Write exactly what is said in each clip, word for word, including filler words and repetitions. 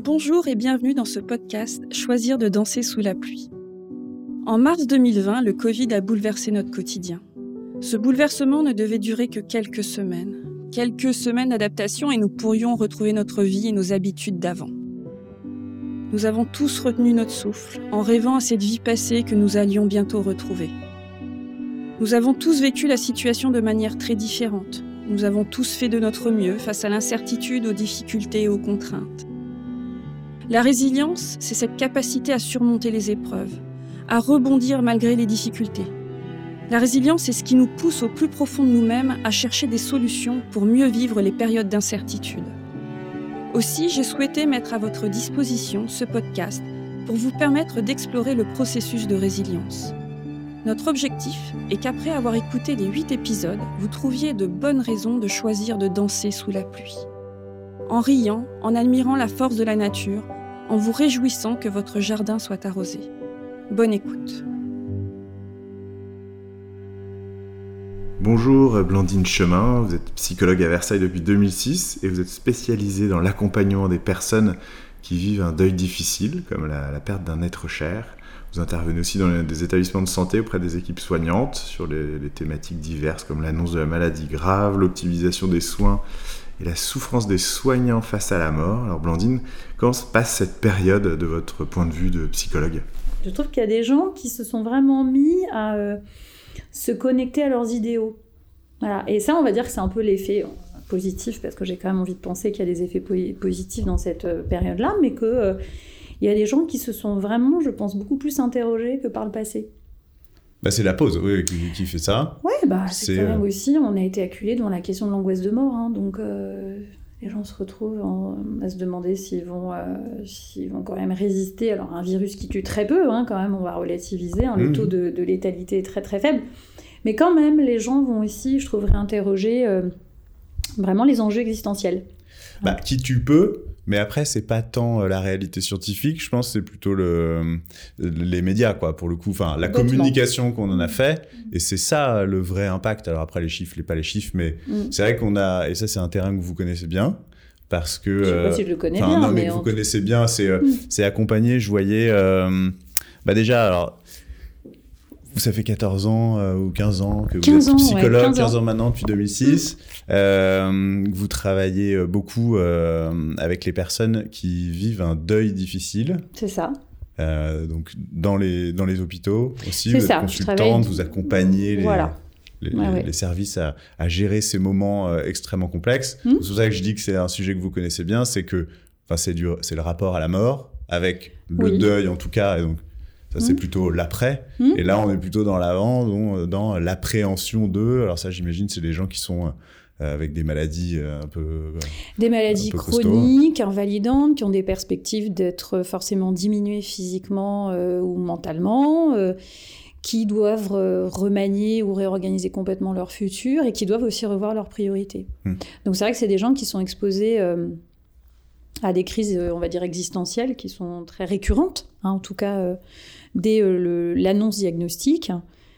Bonjour et bienvenue dans ce podcast « Choisir de danser sous la pluie ». En mars deux mille vingt, le Covid a bouleversé notre quotidien. Ce bouleversement ne devait durer que quelques semaines. Quelques semaines d'adaptation et nous pourrions retrouver notre vie et nos habitudes d'avant. Nous avons tous retenu notre souffle en rêvant à cette vie passée que nous allions bientôt retrouver. Nous avons tous vécu la situation de manière très différente. Nous avons tous fait de notre mieux face à l'incertitude, aux difficultés et aux contraintes. La résilience, c'est cette capacité à surmonter les épreuves, à rebondir malgré les difficultés. La résilience, c'est ce qui nous pousse au plus profond de nous-mêmes à chercher des solutions pour mieux vivre les périodes d'incertitude. Aussi, j'ai souhaité mettre à votre disposition ce podcast pour vous permettre d'explorer le processus de résilience. Notre objectif est qu'après avoir écouté les huit épisodes, vous trouviez de bonnes raisons de choisir de danser sous la pluie. En riant, en admirant la force de la nature, en vous réjouissant que votre jardin soit arrosé. Bonne écoute. Bonjour Blandine Chemin, vous êtes psychologue à Versailles depuis deux mille six et vous êtes spécialisée dans l'accompagnement des personnes qui vivent un deuil difficile, comme la, la perte d'un être cher. Vous intervenez aussi dans les, des établissements de santé auprès des équipes soignantes sur les, les thématiques diverses comme l'annonce de la maladie grave, l'optimisation des soins et la souffrance des soignants face à la mort. Alors Blandine, comment se passe cette période de votre point de vue de psychologue ? Je trouve qu'il y a des gens qui se sont vraiment mis à euh, se connecter à leurs idéaux. Voilà. Et ça, on va dire que c'est un peu l'effet positif, parce que j'ai quand même envie de penser qu'il y a des effets po- positifs dans cette euh, période-là, mais qu'il euh, y a des gens qui se sont vraiment, je pense, beaucoup plus interrogés que par le passé. Bah c'est la pause, oui, qui, qui fait ça. Ouais, bah c'est, c'est quand même euh... aussi, on a été acculés devant la question de l'angoisse de mort, hein, donc euh, les gens se retrouvent en, à se demander s'ils vont, euh, s'ils vont quand même résister. Alors un virus qui tue très peu, hein, quand même, on va relativiser, hein, mmh. Le taux de, de létalité est très très faible, mais quand même les gens vont aussi, je trouve, réinterroger euh, vraiment les enjeux existentiels. Bah, qui tu peux, mais après, c'est pas tant la réalité scientifique, je pense, c'est plutôt le, les médias, quoi, pour le coup. Enfin, la communication qu'on en a fait, et c'est ça le vrai impact. Alors après, les chiffres, les, pas les chiffres, mais mm. c'est vrai qu'on a, et ça, c'est un terrain que vous connaissez bien, parce que... Je sais euh, pas si je le connais bien, non, mais, mais que vous en... connaissez bien, c'est, euh, mm. c'est accompagné, je voyais... Euh, bah déjà, alors... Ça fait quatorze ans euh, ou quinze ans que vous êtes psychologue, ouais, quinze ans. quinze ans maintenant depuis deux mille six. Mmh. Euh, vous travaillez beaucoup euh, avec les personnes qui vivent un deuil difficile. C'est ça. Euh, donc dans les, dans les hôpitaux aussi, c'est vous ça. êtes consultante, vous accompagnez les, voilà. les, ouais, les, ouais. les services à, à gérer ces moments euh, extrêmement complexes. Mmh. C'est pour ça que je dis que c'est un sujet que vous connaissez bien, c'est que c'est, du, c'est le rapport à la mort, avec le oui. deuil en tout cas, et donc ça, c'est mmh. plutôt l'après. Mmh. Et là, on est plutôt dans l'avant, dans, dans l'appréhension d'eux. Alors ça, j'imagine, c'est les gens qui sont euh, avec des maladies euh, un peu euh, Des maladies peu chroniques, invalidantes, qui ont des perspectives d'être forcément diminuées physiquement euh, ou mentalement, euh, qui doivent euh, remanier ou réorganiser complètement leur futur et qui doivent aussi revoir leurs priorités. Mmh. Donc c'est vrai que c'est des gens qui sont exposés... Euh, à des crises, on va dire, existentielles qui sont très récurrentes, hein, en tout cas euh, dès euh, le, l'annonce diagnostique.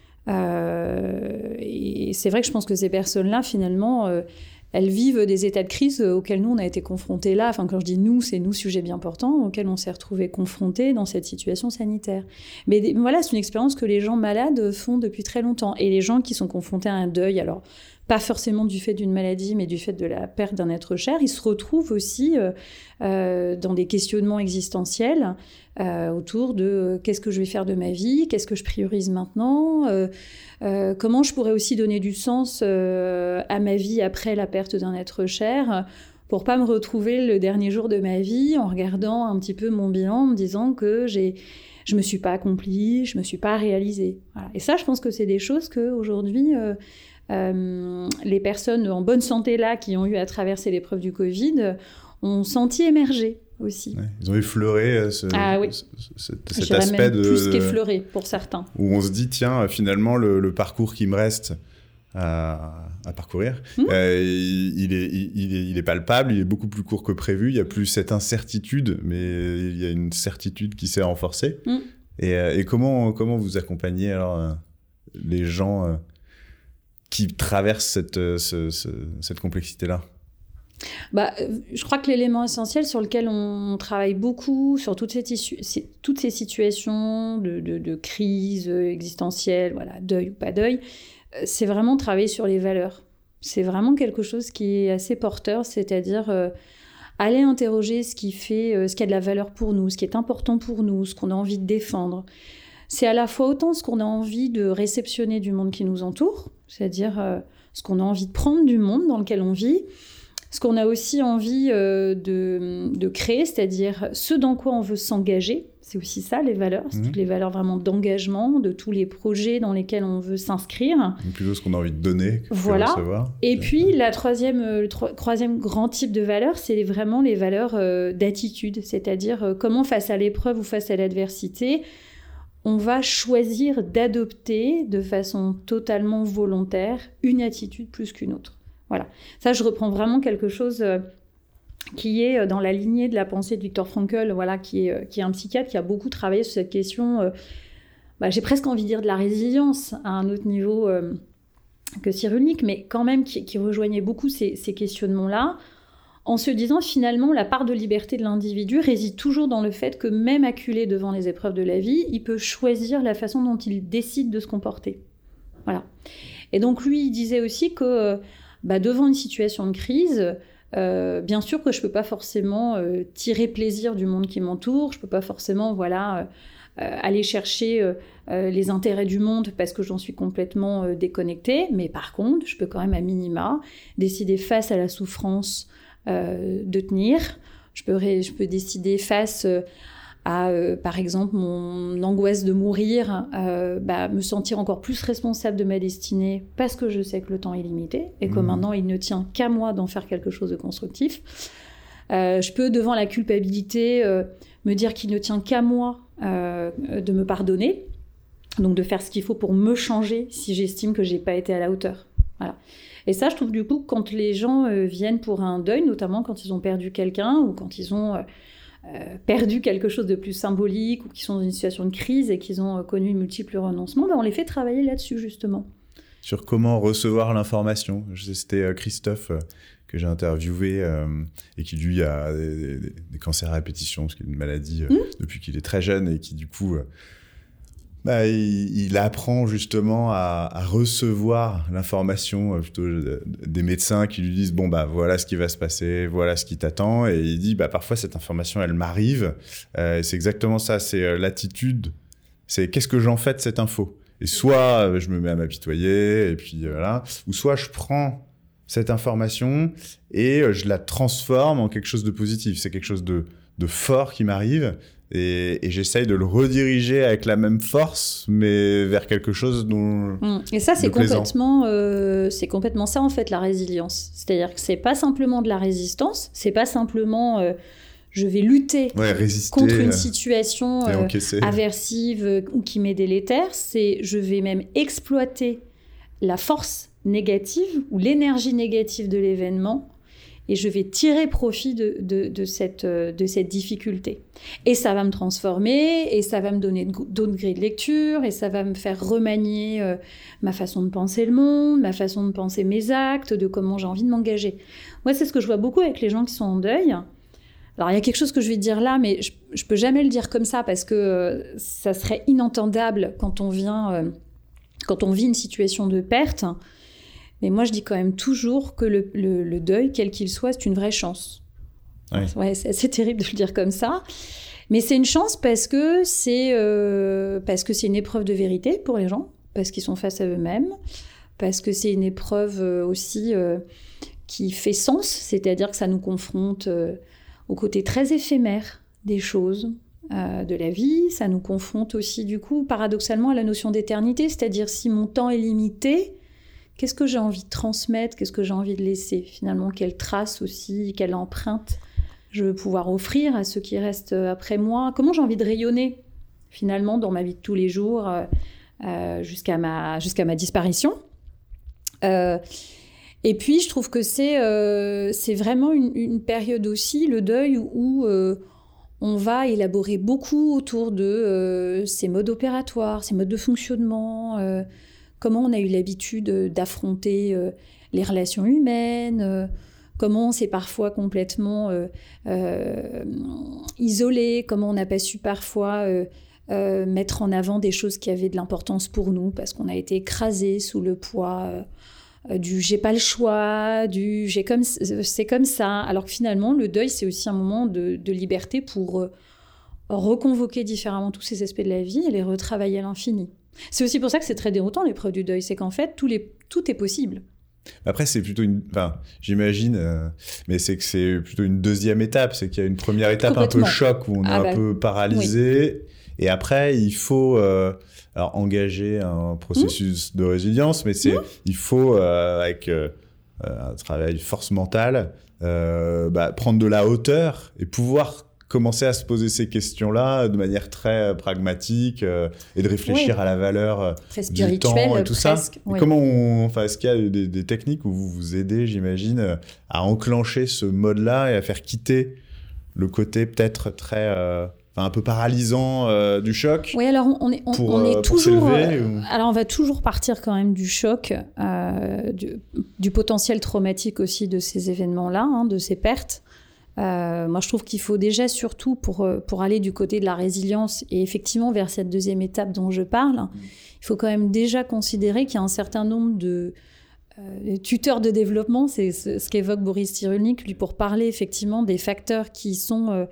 Euh, et c'est vrai que je pense que ces personnes-là, finalement, euh, elles vivent des états de crise auxquels nous, on a été confrontés là. Enfin, quand je dis nous, c'est nous, sujet bien portant, auxquels on s'est retrouvés confrontés dans cette situation sanitaire. Mais des, voilà, c'est une expérience que les gens malades font depuis très longtemps. Et les gens qui sont confrontés à un deuil, alors... pas forcément du fait d'une maladie, mais du fait de la perte d'un être cher, ils se retrouvent aussi euh, euh, dans des questionnements existentiels euh, autour de euh, qu'est-ce que je vais faire de ma vie, qu'est-ce que je priorise maintenant, euh, euh, comment je pourrais aussi donner du sens euh, à ma vie après la perte d'un être cher, pour pas me retrouver le dernier jour de ma vie en regardant un petit peu mon bilan, en me disant que j'ai... je me suis pas accomplie, je me suis pas réalisée. Voilà. Et ça, je pense que c'est des choses qu'aujourd'hui... Euh, Euh, les personnes en bonne santé là qui ont eu à traverser l'épreuve du Covid ont senti émerger aussi. Ouais, ils ont effleuré ce, ah, oui. ce, ce, cet J'irais aspect même de plus qu'effleuré pour certains. Où on se dit tiens finalement le, le parcours qui me reste à, à parcourir, mmh. euh, il, est, il, est, il est palpable, il est beaucoup plus court que prévu. Il y a plus cette incertitude, mais il y a une certitude qui s'est renforcée. Mmh. Et, et comment comment vous accompagnez alors les gens euh, qui traversent cette, ce, ce, cette complexité-là? Bah, je crois que l'élément essentiel sur lequel on travaille beaucoup, sur toutes ces, tissus, toutes ces situations de, de, de crise existentielle, voilà, deuil ou pas deuil, c'est vraiment travailler sur les valeurs. C'est vraiment quelque chose qui est assez porteur, c'est-à-dire euh, aller interroger ce qui fait, euh, ce qui a de la valeur pour nous, ce qui est important pour nous, ce qu'on a envie de défendre. C'est à la fois autant ce qu'on a envie de réceptionner du monde qui nous entoure, c'est-à-dire euh, ce qu'on a envie de prendre du monde dans lequel on vit, ce qu'on a aussi envie euh, de, de créer, c'est-à-dire ce dans quoi on veut s'engager. C'est aussi ça, les valeurs. C'est mmh. toutes les valeurs vraiment d'engagement, de tous les projets dans lesquels on veut s'inscrire. Donc plutôt ce qu'on a envie de donner que voilà. de recevoir. Et puis, la troisième, le tro- troisième grand type de valeurs, c'est vraiment les valeurs euh, d'attitude. C'est-à-dire euh, comment, face à l'épreuve ou face à l'adversité, on va choisir d'adopter de façon totalement volontaire une attitude plus qu'une autre. Voilà. Ça, je reprends vraiment quelque chose euh, qui est dans la lignée de la pensée de Viktor Frankl, voilà, qui est, qui est un psychiatre qui a beaucoup travaillé sur cette question, euh, bah, j'ai presque envie de dire de la résilience à un autre niveau euh, que Cyrulnik, mais quand même qui, qui rejoignait beaucoup ces, ces questionnements-là, en se disant finalement la part de liberté de l'individu réside toujours dans le fait que même acculé devant les épreuves de la vie, il peut choisir la façon dont il décide de se comporter. Voilà. Et donc lui, il disait aussi que euh, bah, devant une situation de crise, euh, bien sûr que je ne peux pas forcément euh, tirer plaisir du monde qui m'entoure, je ne peux pas forcément voilà, euh, euh, aller chercher euh, euh, les intérêts du monde parce que j'en suis complètement euh, déconnectée, mais par contre, je peux quand même à minima décider face à la souffrance euh, de tenir, je peux, ré- je peux décider face... Euh, à, euh, par exemple, mon angoisse de mourir, euh, bah, me sentir encore plus responsable de ma destinée parce que je sais que le temps est limité et que mmh. maintenant, il ne tient qu'à moi d'en faire quelque chose de constructif. Euh, je peux, devant la culpabilité, euh, me dire qu'il ne tient qu'à moi euh, de me pardonner, donc de faire ce qu'il faut pour me changer si j'estime que je n'ai pas été à la hauteur. Voilà. Et ça, je trouve du coup, quand les gens euh, viennent pour un deuil, notamment quand ils ont perdu quelqu'un ou quand ils ont... Euh, Euh, perdu quelque chose de plus symbolique ou qui sont dans une situation de crise et qu'ils ont euh, connu multiples renoncements, ben on les fait travailler là-dessus justement. Sur comment recevoir l'information. Je sais, c'était euh, Christophe euh, que j'ai interviewé euh, et qui lui a des, des, des cancers à répétition, parce qu'il a une maladie euh, mmh. depuis qu'il est très jeune et qui du coup... Euh, Bah, il, il apprend justement à, à recevoir l'information euh, plutôt de, de, des médecins qui lui disent bon bah voilà ce qui va se passer, voilà ce qui t'attend, et il dit bah parfois cette information elle m'arrive, euh, c'est exactement ça, c'est euh, l'attitude, c'est qu'est-ce que j'en fais de cette info, et soit euh, je me mets à m'apitoyer et puis euh, voilà, ou soit je prends cette information et euh, je la transforme en quelque chose de positif, c'est quelque chose de, de fort qui m'arrive. Et, et j'essaye de le rediriger avec la même force, mais vers quelque chose dont mmh. Et ça, c'est complètement, euh, c'est complètement ça, en fait, la résilience. C'est-à-dire que c'est pas simplement de la résistance, c'est pas simplement euh, je vais lutter ouais, résister, contre une situation euh, aversive euh, ou qui m'est délétère, c'est je vais même exploiter la force négative ou l'énergie négative de l'événement et je vais tirer profit de, de, de, cette, de cette difficulté. Et ça va me transformer, et ça va me donner d'autres grilles de lecture, et ça va me faire remanier euh, ma façon de penser le monde, ma façon de penser mes actes, de comment j'ai envie de m'engager. Moi, c'est ce que je vois beaucoup avec les gens qui sont en deuil. Alors, il y a quelque chose que je vais dire là, mais je ne peux jamais le dire comme ça, parce que euh, ça serait inentendable quand on, vient, euh, quand on vit une situation de perte. Mais moi, je dis quand même toujours que le, le, le deuil, quel qu'il soit, c'est une vraie chance. Oui. Ouais, c'est assez terrible de le dire comme ça. Mais c'est une chance parce que c'est, euh, parce que c'est une épreuve de vérité pour les gens, parce qu'ils sont face à eux-mêmes, parce que c'est une épreuve aussi euh, qui fait sens, c'est-à-dire que ça nous confronte euh, au côté très éphémère des choses, euh, de la vie. Ça nous confronte aussi, du coup, paradoxalement, à la notion d'éternité, c'est-à-dire si mon temps est limité, qu'est-ce que j'ai envie de transmettre? Qu'est-ce que j'ai envie de laisser? Finalement, quelle trace aussi, quelle empreinte je veux pouvoir offrir à ceux qui restent après moi? Comment j'ai envie de rayonner, finalement, dans ma vie de tous les jours, euh, jusqu'à ma, jusqu'à ma disparition? euh, Et puis, je trouve que c'est, euh, c'est vraiment une, une période aussi, le deuil, où, où euh, on va élaborer beaucoup autour de euh, ces modes opératoires, ces modes de fonctionnement, euh, comment on a eu l'habitude d'affronter euh, les relations humaines, euh, comment on s'est parfois complètement euh, euh, isolé, comment on n'a pas su parfois euh, euh, mettre en avant des choses qui avaient de l'importance pour nous, parce qu'on a été écrasé sous le poids euh, du « j'ai pas le choix », du « j'ai comme, c'est comme ça ». Alors que finalement, le deuil, c'est aussi un moment de, de liberté pour euh, reconvoquer différemment tous ces aspects de la vie et les retravailler à l'infini. C'est aussi pour ça que c'est très déroutant, l'épreuve du deuil, c'est qu'en fait, tous les, tout est possible. Après, c'est plutôt une... Enfin, j'imagine, euh, mais c'est que c'est plutôt une deuxième étape. C'est qu'il y a une première étape un peu choc où on est ah bah, un peu paralysé. Oui. Et après, il faut euh, alors, engager un processus mmh. de résilience, mais c'est, mmh. il faut, euh, avec euh, un travail force mentale, euh, bah, prendre de la hauteur et pouvoir commencer à se poser ces questions-là de manière très pragmatique euh, et de réfléchir oui. à la valeur euh, du temps et tout presque, ça. Oui. Et comment on, enfin, est-ce qu'il y a des, des techniques où vous vous aidez, j'imagine, à enclencher ce mode-là et à faire quitter le côté peut-être très, euh, enfin, un peu paralysant euh, du choc? Oui, alors on est, on, pour, on est euh, toujours. Euh, ou... Alors on va toujours partir quand même du choc, euh, du, du potentiel traumatique aussi de ces événements-là, hein, de ces pertes. Euh, moi, je trouve qu'il faut déjà, surtout pour, pour aller du côté de la résilience et effectivement vers cette deuxième étape dont je parle, mmh. il faut quand même déjà considérer qu'il y a un certain nombre de euh, tuteurs de développement, c'est ce, ce qu'évoque Boris Cyrulnik, lui, pour parler effectivement des facteurs qui sont euh,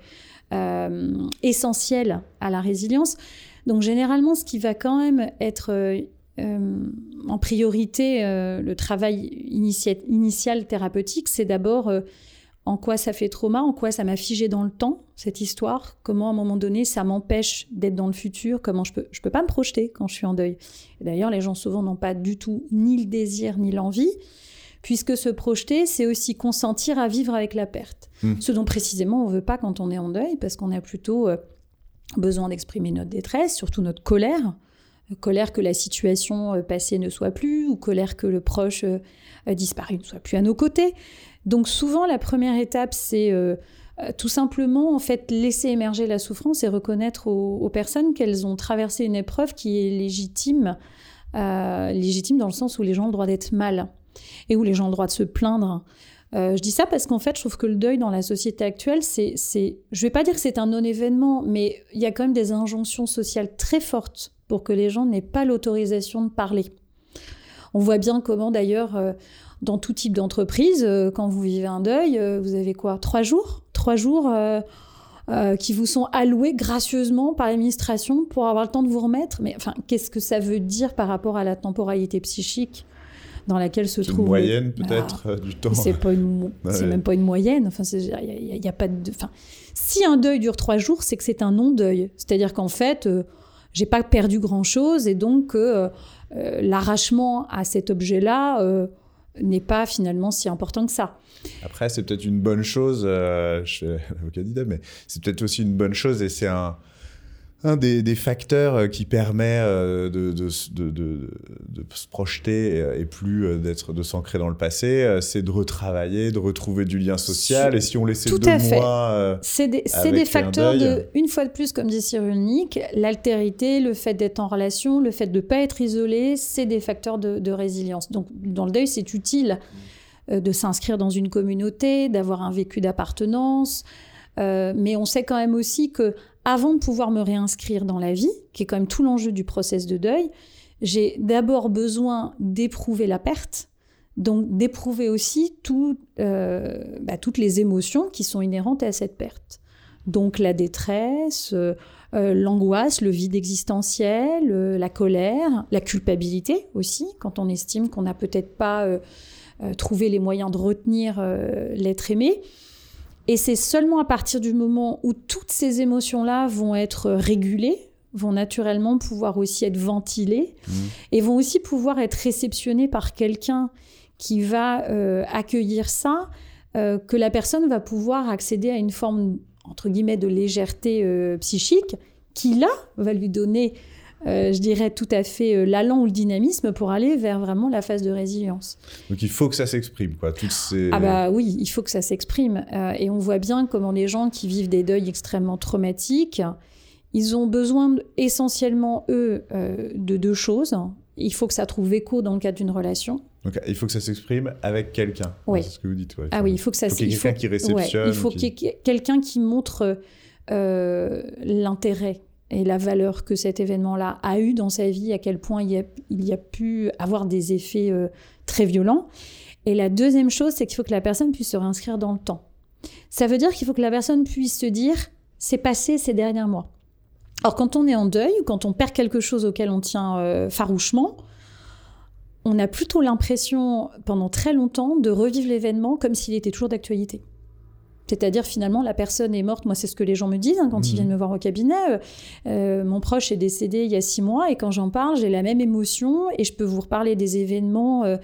euh, essentiels à la résilience. Donc, généralement, ce qui va quand même être euh, euh, en priorité, euh, le travail initia- initial thérapeutique, c'est d'abord... Euh, en quoi ça fait trauma, en quoi ça m'a figé dans le temps, cette histoire, comment à un moment donné ça m'empêche d'être dans le futur, comment je peux, je peux pas me projeter quand je suis en deuil. Et d'ailleurs, les gens souvent n'ont pas du tout ni le désir ni l'envie, puisque se projeter, c'est aussi consentir à vivre avec la perte. Mmh. Ce dont précisément on veut pas quand on est en deuil, parce qu'on a plutôt euh, besoin d'exprimer notre détresse, surtout notre colère, colère que la situation euh, passée ne soit plus, ou colère que le proche euh, disparu ne soit plus à nos côtés. Donc souvent, la première étape, c'est euh, tout simplement en fait, laisser émerger la souffrance et reconnaître aux, aux personnes qu'elles ont traversé une épreuve qui est légitime, euh, légitime dans le sens où les gens ont le droit d'être mal et où les gens ont le droit de se plaindre. Euh, je dis ça parce qu'en fait, je trouve que le deuil dans la société actuelle, c'est, c'est, je ne vais pas dire que c'est un non-événement, mais il y a quand même des injonctions sociales très fortes pour que les gens n'aient pas l'autorisation de parler. On voit bien comment d'ailleurs... Euh, dans tout type d'entreprise, euh, quand vous vivez un deuil, euh, vous avez quoi ? Trois jours ? Trois jours euh, euh, qui vous sont alloués gracieusement par l'administration pour avoir le temps de vous remettre. Mais enfin, qu'est-ce que ça veut dire par rapport à la temporalité psychique dans laquelle se c'est trouve... une moyenne le... peut-être ah, du temps. C'est, pas une, ouais. c'est même pas une moyenne. Enfin, il y, y a pas de... Enfin, si un deuil dure trois jours, c'est que c'est un non-deuil. C'est-à-dire qu'en fait, euh, j'ai pas perdu grand-chose et donc euh, euh, l'arrachement à cet objet-là... Euh, n'est pas finalement si important que ça. Après, c'est peut-être une bonne chose, euh, je suis l'avocat d'Ida, mais c'est peut-être aussi une bonne chose et c'est un, un des, des facteurs qui permet euh, de, de, de, de, de se projeter et plus d'être, de s'ancrer dans le passé, c'est de retravailler, de retrouver du lien social. Et si on laissait Tout deux à fait. mois euh, c'est des, c'est des facteurs de, une fois de plus, comme dit Cyrulnik, l'altérité, le fait d'être en relation, le fait de ne pas être isolé, c'est des facteurs de, de résilience. Donc, dans le deuil, c'est utile euh, de s'inscrire dans une communauté, d'avoir un vécu d'appartenance, euh, mais on sait quand même aussi que avant de pouvoir me réinscrire dans la vie, qui est quand même tout l'enjeu du process de deuil, j'ai d'abord besoin d'éprouver la perte, donc d'éprouver aussi tout, euh, bah, toutes les émotions qui sont inhérentes à cette perte. Donc la détresse, euh, l'angoisse, le vide existentiel, euh, la colère, la culpabilité aussi, quand on estime qu'on n'a peut-être pas euh, euh, trouvé les moyens de retenir euh, l'être aimé. Et c'est seulement à partir du moment où toutes ces émotions-là vont être régulées, vont naturellement pouvoir aussi être ventilées mmh. et vont aussi pouvoir être réceptionnées par quelqu'un qui va euh, accueillir ça, euh, que la personne va pouvoir accéder à une forme, entre guillemets, de légèreté euh, psychique qui, là, va lui donner, euh, je dirais, tout à fait euh, l'allant ou le dynamisme pour aller vers vraiment la phase de résilience. Donc il faut que ça s'exprime, quoi. Toutes ces... Ah bah oui, il faut que ça s'exprime. Euh, et on voit bien comment les gens qui vivent des deuils extrêmement traumatiques, ils ont besoin essentiellement, eux, euh, de deux choses. Il faut que ça trouve écho dans le cadre d'une relation. Donc, il faut que ça s'exprime avec quelqu'un. Oui. C'est ce que vous dites. Ouais. Ah oui, il faut que ça... Il faut qu'il y ait quelqu'un qui réceptionne. Ouais, il faut qui... qu'il y ait quelqu'un qui montre euh, l'intérêt et la valeur que cet événement-là a eu dans sa vie, à quel point il y a, il y a pu avoir des effets euh, très violents. Et la deuxième chose, c'est qu'il faut que la personne puisse se réinscrire dans le temps. Ça veut dire qu'il faut que la personne puisse se dire « c'est passé ces derniers mois ». Alors, quand on est en deuil, quand on perd quelque chose auquel on tient euh, farouchement, on a plutôt l'impression, pendant très longtemps, de revivre l'événement comme s'il était toujours d'actualité. C'est-à-dire, finalement, la personne est morte. Moi, c'est ce que les gens me disent hein, quand mmh. ils viennent me voir au cabinet. Euh, euh, mon proche est décédé il y a six mois et quand j'en parle, j'ai la même émotion et je peux vous reparler des événements euh,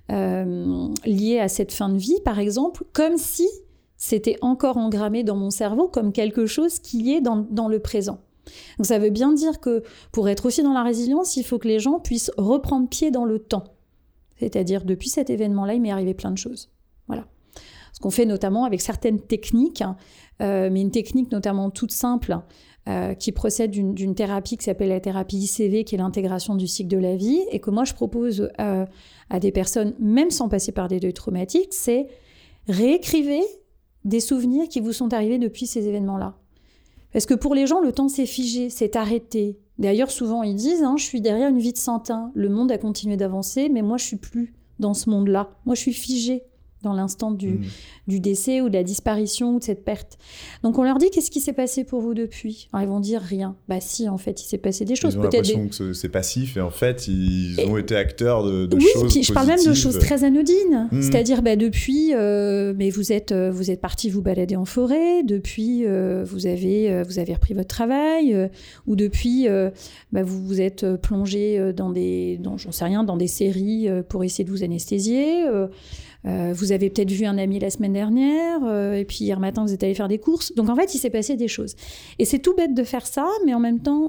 euh, liés à cette fin de vie, par exemple, comme si c'était encore engrammé dans mon cerveau comme quelque chose qui est dans, dans le présent. Donc ça veut bien dire que pour être aussi dans la résilience, il faut que les gens puissent reprendre pied dans le temps. C'est-à-dire, depuis cet événement-là, il m'est arrivé plein de choses. Voilà. Ce qu'on fait notamment avec certaines techniques, hein, euh, mais une technique notamment toute simple, euh, qui procède d'une, d'une thérapie qui s'appelle la thérapie I C V, qui est l'intégration du cycle de la vie, et que moi je propose euh, à des personnes, même sans passer par des deuils traumatiques, c'est réécrivez des souvenirs qui vous sont arrivés depuis ces événements-là. Parce que pour les gens, le temps s'est figé, s'est arrêté. D'ailleurs, souvent, ils disent hein, « je suis derrière une vie de Saint-Tin. Le monde a continué d'avancer, mais moi, je ne suis plus dans ce monde-là. Moi, je suis figée dans l'instant du, mmh. du décès ou de la disparition ou de cette perte. » Donc, on leur dit « qu'est-ce qui s'est passé pour vous depuis ?» Alors, ils vont dire « rien ». Bah si, en fait, il s'est passé des choses. Ils ont Peut-être l'impression des... que c'est passif et en fait, ils et... ont été acteurs de, de oui, choses puis positives. Je parle même de choses très anodines. Mmh. C'est-à-dire, bah, depuis, euh, mais vous êtes, euh, vous êtes parti vous balader en forêt, depuis, euh, vous, avez, euh, vous avez repris votre travail, euh, ou depuis, euh, bah, vous vous êtes plongé dans des, dans, j'en sais rien, dans des séries euh, pour essayer de vous anesthésier. Euh, Euh, vous avez peut-être vu un ami la semaine dernière, euh, et puis hier matin, vous êtes allé faire des courses. Donc, en fait, il s'est passé des choses. Et c'est tout bête de faire ça, mais en même temps,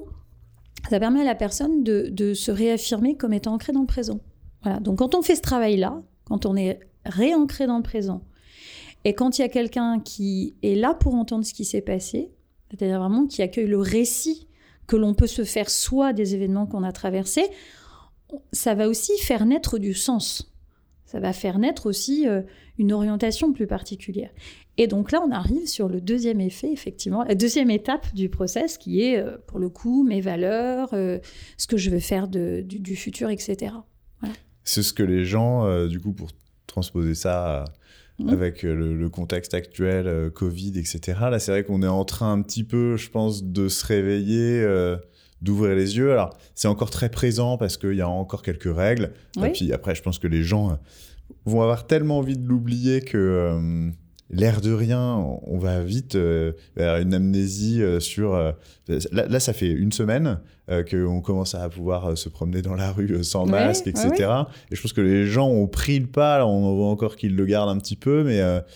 ça permet à la personne de, de se réaffirmer comme étant ancrée dans le présent. Voilà. Donc, quand on fait ce travail-là, quand on est réancré dans le présent, et quand il y a quelqu'un qui est là pour entendre ce qui s'est passé, c'est-à-dire vraiment qui accueille le récit que l'on peut se faire soi des événements qu'on a traversés, ça va aussi faire naître du sens. Ça va faire naître aussi euh, une orientation plus particulière. Et donc là, on arrive sur le deuxième effet, effectivement, la deuxième étape du process, qui est, euh, pour le coup, mes valeurs, euh, ce que je veux faire de, du, du futur, et cetera. Voilà. C'est ce que les gens, euh, du coup, pour transposer ça mmh. avec euh, le, le contexte actuel, euh, Covid, et cetera, là, c'est vrai qu'on est en train un petit peu, je pense, de se réveiller... Euh, d'ouvrir les yeux. Alors, c'est encore très présent parce qu'il y a encore quelques règles. Oui. Et puis après, je pense que les gens vont avoir tellement envie de l'oublier que euh, l'air de rien, on va vite euh, vers une amnésie euh, sur... Euh, là, là, ça fait une semaine euh, qu'on commence à pouvoir euh, se promener dans la rue euh, sans ouais, masque, et cetera. Ouais, ouais. Et je pense que les gens ont pris le pas. Là, on en voit encore qu'ils le gardent un petit peu, mais... Euh,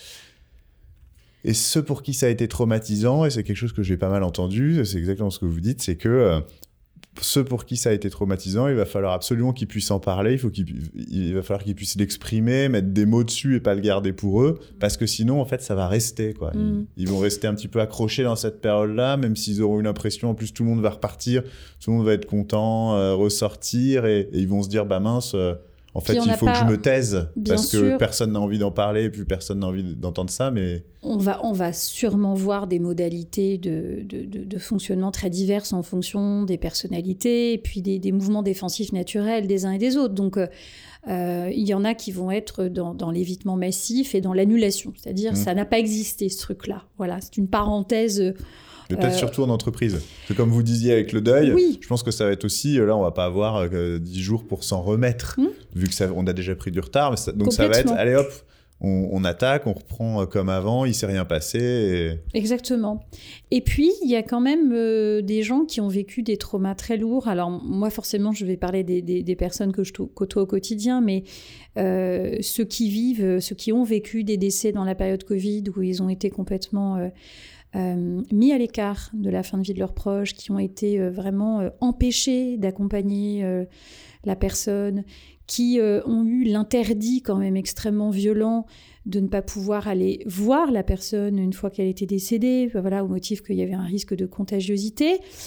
Et ceux pour qui ça a été traumatisant, et c'est quelque chose que j'ai pas mal entendu, c'est exactement ce que vous dites, c'est que euh, ceux pour qui ça a été traumatisant, il va falloir absolument qu'ils puissent en parler, il, faut qu'ils, il va falloir qu'ils puissent l'exprimer, mettre des mots dessus et pas le garder pour eux, parce que sinon, en fait, ça va rester, quoi. Mm. Ils, ils vont rester un petit peu accrochés dans cette période-là, même s'ils auront eu l'impression, en plus, tout le monde va repartir, tout le monde va être content, euh, ressortir, et, et ils vont se dire, bah mince... Euh, En fait, il faut pas... que je me taise Bien parce sûr. que personne n'a envie d'en parler et puis personne n'a envie d'entendre ça. Mais... On va, on va sûrement voir des modalités de, de, de, de fonctionnement très diverses en fonction des personnalités et puis des, des mouvements défensifs naturels des uns et des autres. Donc, euh, il y en a qui vont être dans, dans l'évitement massif et dans l'annulation. C'est-à-dire, mmh. ça n'a pas existé, ce truc-là. Voilà, c'est une parenthèse... Mais peut-être euh... surtout en entreprise. Parce que comme vous disiez avec le deuil, oui. je pense que ça va être aussi... Là, on va pas avoir euh, dix jours pour s'en remettre, mmh. vu qu'on a déjà pris du retard. Mais ça, donc ça va être, allez hop, on, on attaque, on reprend comme avant, il s'est rien passé. Et... Exactement. Et puis, il y a quand même euh, des gens qui ont vécu des traumas très lourds. Alors, moi, forcément, je vais parler des, des, des personnes que je côtoie au quotidien, mais euh, ceux qui vivent, ceux qui ont vécu des décès dans la période Covid, où ils ont été complètement... Euh, Euh, mis à l'écart de la fin de vie de leurs proches, qui ont été euh, vraiment euh, empêchés d'accompagner euh, la personne, qui euh, ont eu l'interdit quand même extrêmement violent de ne pas pouvoir aller voir la personne une fois qu'elle était décédée, voilà, au motif qu'il y avait un risque de contagiosité.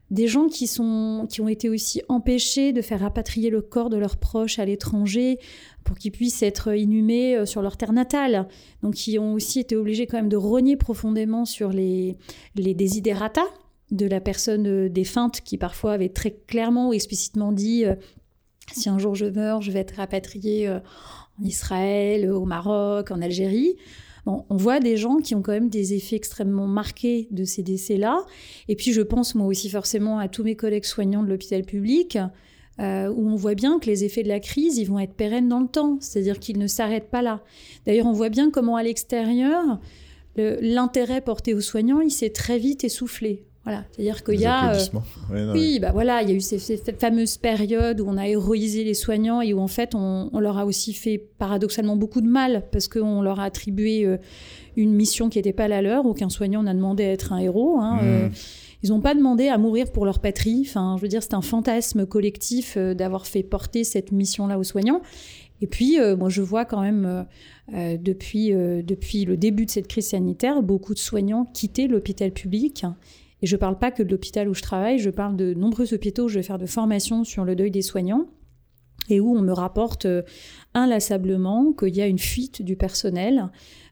des gens qui, sont, qui ont été aussi empêchés de faire rapatrier le corps de leurs proches à l'étranger pour qu'ils puissent être inhumés sur leur terre natale. Donc, qui ont aussi été obligés quand même de rogner profondément sur les, les desiderata de la personne défunte qui parfois avait très clairement ou explicitement dit euh, « si un jour je meurs, je vais être rapatrié euh, en Israël, au Maroc, en Algérie ». Bon, on voit des gens qui ont quand même des effets extrêmement marqués de ces décès-là. Et puis, je pense moi aussi forcément à tous mes collègues soignants de l'hôpital public, euh, où on voit bien que les effets de la crise, ils vont être pérennes dans le temps. C'est-à-dire qu'ils ne s'arrêtent pas là. D'ailleurs, on voit bien comment à l'extérieur, le, l'intérêt porté aux soignants, il s'est très vite essoufflé. Voilà, c'est-à-dire qu'il y a, euh, ouais, non, oui, ouais. bah voilà, il y a eu ces, ces fameuses périodes où on a héroïsé les soignants et où en fait on, on leur a aussi fait paradoxalement beaucoup de mal parce qu'on leur a attribué euh, une mission qui n'était pas la leur. Aucun soignant n'a demandé à être un héros. Hein, mmh. euh, ils n'ont pas demandé à mourir pour leur patrie. Enfin, je veux dire, c'est un fantasme collectif euh, d'avoir fait porter cette mission-là aux soignants. Et puis, euh, moi, je vois quand même, euh, depuis, euh, depuis le début de cette crise sanitaire, beaucoup de soignants quitter l'hôpital public. Et je ne parle pas que de l'hôpital où je travaille, je parle de nombreux hôpitaux où je vais faire de formations sur le deuil des soignants et où on me rapporte euh, inlassablement qu'il y a une fuite du personnel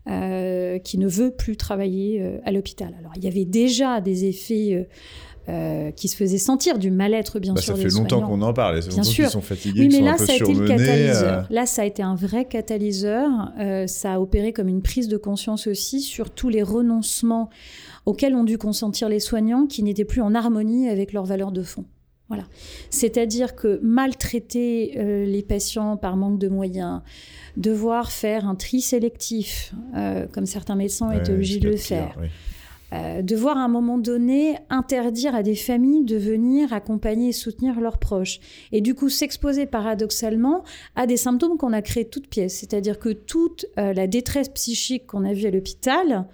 euh, qui ne veut plus travailler euh, à l'hôpital. Alors, il y avait déjà des effets euh, euh, qui se faisaient sentir, du mal-être, bien bah, sûr, des des soignants. Ça fait longtemps qu'on en parle, c'est longtemps qu'ils sont fatigués, oui, qu'ils sont un peu surmenés. Oui, mais là, ça a été le catalyseur. Euh... Là, ça a été un vrai catalyseur. Euh, ça a opéré comme une prise de conscience aussi sur tous les renoncements auxquels ont dû consentir les soignants qui n'étaient plus en harmonie avec leurs valeurs de fond. Voilà. C'est-à-dire que maltraiter euh, les patients par manque de moyens, devoir faire un tri sélectif, euh, comme certains médecins ouais, étaient obligés de le faire, pire, oui. euh, devoir à un moment donné interdire à des familles de venir accompagner et soutenir leurs proches. Et du coup, s'exposer paradoxalement à des symptômes qu'on a créés toutes pièces. C'est-à-dire que toute euh, la détresse psychique qu'on a vue à l'hôpital,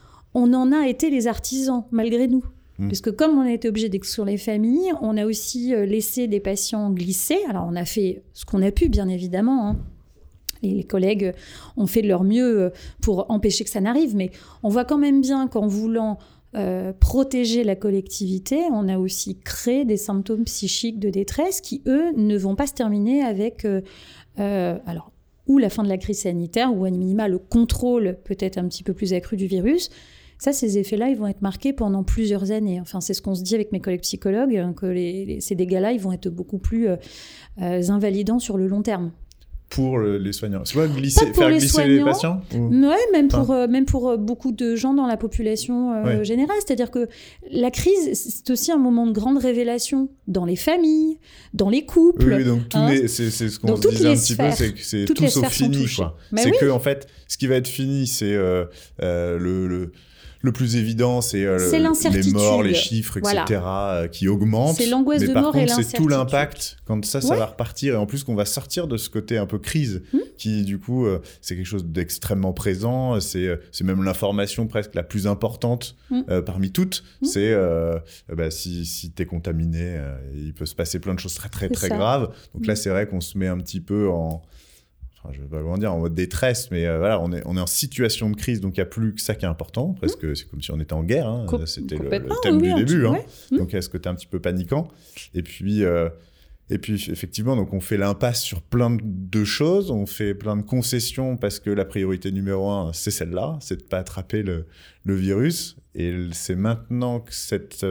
on en a été les artisans, malgré nous. Mmh. Puisque comme on a été obligé d'exclure les familles, on a aussi laissé des patients glisser. Alors, on a fait ce qu'on a pu, bien évidemment. Hein. Les, les collègues ont fait de leur mieux pour empêcher que ça n'arrive. Mais on voit quand même bien qu'en voulant euh, protéger la collectivité, on a aussi créé des symptômes psychiques de détresse qui, eux, ne vont pas se terminer avec... Euh, euh, alors, ou la fin de la crise sanitaire, ou à minima le contrôle peut-être un petit peu plus accru du virus. Ça, ces effets-là, ils vont être marqués pendant plusieurs années. Enfin, c'est ce qu'on se dit avec mes collègues psychologues, hein, que les, les, ces dégâts-là, ils vont être beaucoup plus euh, euh, invalidants sur le long terme. Pour le, les soignants. C'est pas glisser, pas faire les glisser soignants, les patients ou... Oui, même, enfin... pour, euh, même pour beaucoup de gens dans la population euh, ouais. générale. C'est-à-dire que la crise, c'est aussi un moment de grande révélation dans les familles, dans les couples. Oui, oui donc hein, les, c'est, c'est ce qu'on se disait un petit sphères, peu, c'est que c'est tout sauf fini. Quoi. C'est oui. que, en fait, ce qui va être fini, c'est euh, euh, le... le... Le plus évident, c'est, euh, c'est les morts, les chiffres, et cetera, voilà. euh, qui augmentent. C'est l'angoisse mais de par mort contre, et l'incertitude. C'est tout l'impact quand ça, ça ouais. va repartir. Et en plus, qu'on va sortir de ce côté un peu crise, mmh. qui, du coup, euh, c'est quelque chose d'extrêmement présent. C'est, euh, c'est même l'information presque la plus importante mmh. euh, parmi toutes. Mmh. C'est euh, bah, si, si t'es contaminé, euh, il peut se passer plein de choses très, très, c'est très ça. graves. Donc mmh. là, c'est vrai qu'on se met un petit peu en... Enfin, je ne vais pas vous dire en mode détresse, mais euh, voilà, on est, on est en situation de crise, donc il n'y a plus que ça qui est important. Presque, mmh. c'est comme si on était en guerre. Hein. Com- C'était le, le thème oui, du début. Hein. Ouais. Donc, est-ce que tu es un petit peu paniquant ? Et puis, euh, et puis, effectivement, donc on fait l'impasse sur plein de choses. On fait plein de concessions parce que la priorité numéro un, c'est celle-là, c'est de ne pas attraper le, le virus. Et c'est maintenant que cette,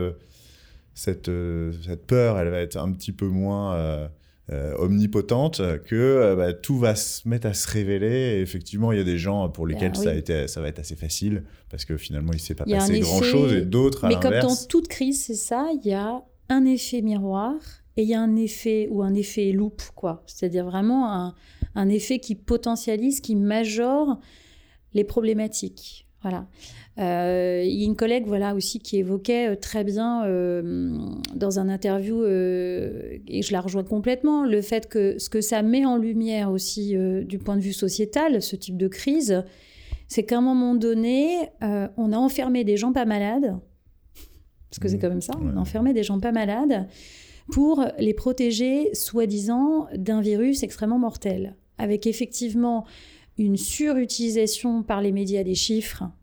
cette, cette peur, elle va être un petit peu moins... Euh, Euh, omnipotente, que euh, bah, tout va se mettre à se révéler. Et effectivement, il y a des gens pour lesquels ah, oui. ça, a été, ça va être assez facile, parce que finalement, il ne s'est pas passé effet... grand-chose, et d'autres, à Mais l'inverse... Mais comme dans toute crise, c'est ça, il y a un effet miroir, et il y a un effet, ou un effet loupe, quoi. C'est-à-dire vraiment un, un effet qui potentialise, qui majore les problématiques. Voilà. Euh, il y a une collègue voilà, aussi qui évoquait très bien euh, dans un interview, euh, et je la rejoins complètement, le fait que ce que ça met en lumière aussi euh, du point de vue sociétal, ce type de crise, c'est qu'à un moment donné, euh, on a enfermé des gens pas malades, parce que mmh, c'est quand même ça, ouais. on a enfermé des gens pas malades pour les protéger, soi-disant, d'un virus extrêmement mortel, avec effectivement une surutilisation par les médias des chiffres,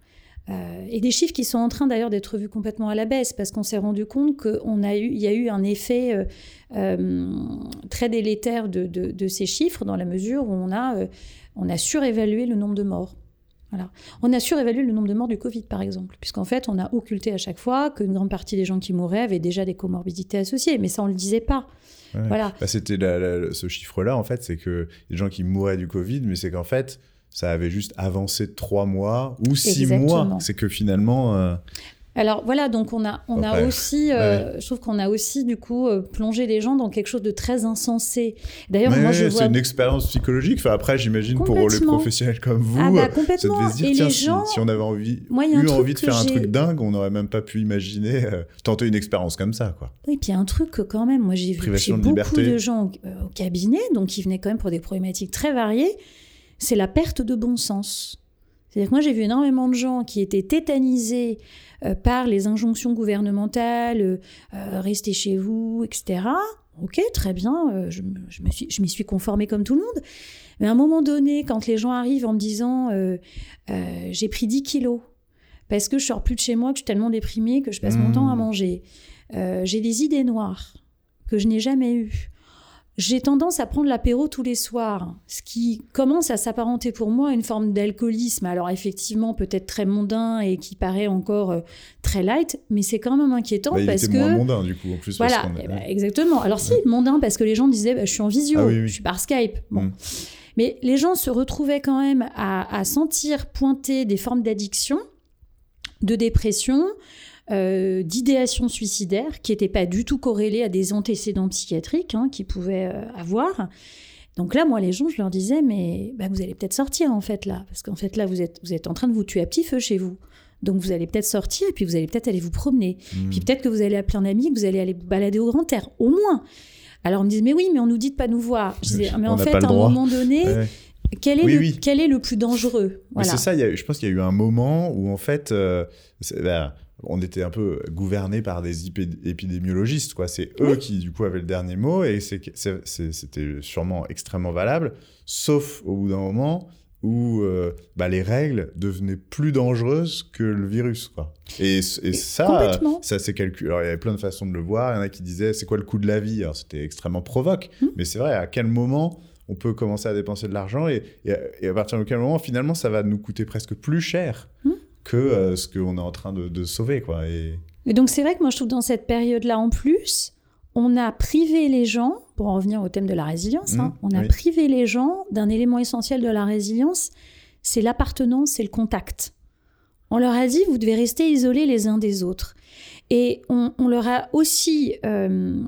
Euh, et des chiffres qui sont en train d'ailleurs d'être revus complètement à la baisse, parce qu'on s'est rendu compte qu'il y a eu un effet euh, euh, très délétère de, de, de ces chiffres, dans la mesure où on a, euh, on a surévalué le nombre de morts. Voilà. On a surévalué le nombre de morts du Covid, par exemple, puisqu'en fait, on a occulté à chaque fois qu'une grande partie des gens qui mouraient avaient déjà des comorbidités associées, mais ça, on ne le disait pas. Ouais. Voilà. Bah, c'était la, la, ce chiffre-là, en fait, c'est que les gens qui mouraient du Covid, mais c'est qu'en fait, ça avait juste avancé de trois mois ou six Exactement. mois. C'est que finalement... Euh... Alors voilà, donc on a, on a aussi, euh, ouais. je trouve qu'on a aussi du coup euh, plongé les gens dans quelque chose de très insensé. D'ailleurs, mais moi je vois... c'est une expérience psychologique. Enfin, après, j'imagine pour les professionnels comme vous, ah bah, ça devait se dire, et tiens, les si, gens... si on avait envie, moi, eu envie de faire un truc dingue, on n'aurait même pas pu imaginer euh, tenter une expérience comme ça, quoi. Oui, puis il y a un truc que quand même, moi j'ai vu chez de beaucoup liberté. de gens au, euh, au cabinet, donc qui venaient quand même pour des problématiques très variées, c'est la perte de bon sens. C'est-à-dire que moi, j'ai vu énormément de gens qui étaient tétanisés euh, par les injonctions gouvernementales, euh, euh, restez chez vous, et cetera. Ok, très bien, euh, je, je, me suis, je m'y suis conformée comme tout le monde. Mais à un moment donné, quand les gens arrivent en me disant euh, euh, j'ai pris dix kilos parce que je sors plus de chez moi, que je suis tellement déprimée que je passe mmh. mon temps à manger, euh, j'ai des idées noires que je n'ai jamais eues. J'ai tendance à prendre l'apéro tous les soirs, ce qui commence à s'apparenter pour moi à une forme d'alcoolisme. Alors effectivement, peut-être très mondain et qui paraît encore euh, très light, mais c'est quand même inquiétant bah, il parce était que... moins mondain du coup, en plus. Voilà, parce qu'on eh ben, exactement. Alors si, mondain parce que les gens disaient bah, « je suis en visio, ah, oui, oui. je suis par Skype bon. ». Mm. Mais les gens se retrouvaient quand même à, à sentir pointer des formes d'addiction, de dépression, Euh, d'idéation suicidaire qui n'étaient pas du tout corrélées à des antécédents psychiatriques hein, qu'ils pouvaient euh, avoir. Donc là, moi, les gens, je leur disais, mais bah, vous allez peut-être sortir, en fait, là. Parce qu'en fait, là, vous êtes, vous êtes en train de vous tuer à petit feu chez vous. Donc, vous allez peut-être sortir et puis vous allez peut-être aller vous promener. Mmh. Puis peut-être que vous allez appeler un ami, que vous allez aller vous balader au grand air, au moins. Alors, on me disait, mais oui, mais on nous dit de pas nous voir. Je disais, mais on en fait, à un moment donné... Ouais. Quel est, oui, le, oui. quel est le plus dangereux voilà. Mais c'est ça, y a, je pense qu'il y a eu un moment où, en fait... Euh, bah, on était un peu gouverné par des épidémiologistes, quoi. C'est eux oui. qui, du coup, avaient le dernier mot, et c'est, c'est, c'est, c'était sûrement extrêmement valable, sauf au bout d'un moment où euh, bah, les règles devenaient plus dangereuses que le virus, quoi. Et, et ça, ça c'est calculé. Alors, il y avait plein de façons de le voir. Il y en a qui disaient, c'est quoi le coût de la vie ? Alors, c'était extrêmement provoque, mmh. mais c'est vrai, à quel moment on peut commencer à dépenser de l'argent, et, et, et à partir de quel moment, finalement, ça va nous coûter presque plus cher mmh. que euh, ce qu'on est en train de, de sauver, quoi. Et... et donc, c'est vrai que moi, je trouve que dans cette période-là, en plus, on a privé les gens, pour en revenir au thème de la résilience, mmh, hein, on a oui. privé les gens d'un élément essentiel de la résilience, c'est l'appartenance, c'est le contact. On leur a dit, vous devez rester isolés les uns des autres. Et on, on leur a aussi... Euh,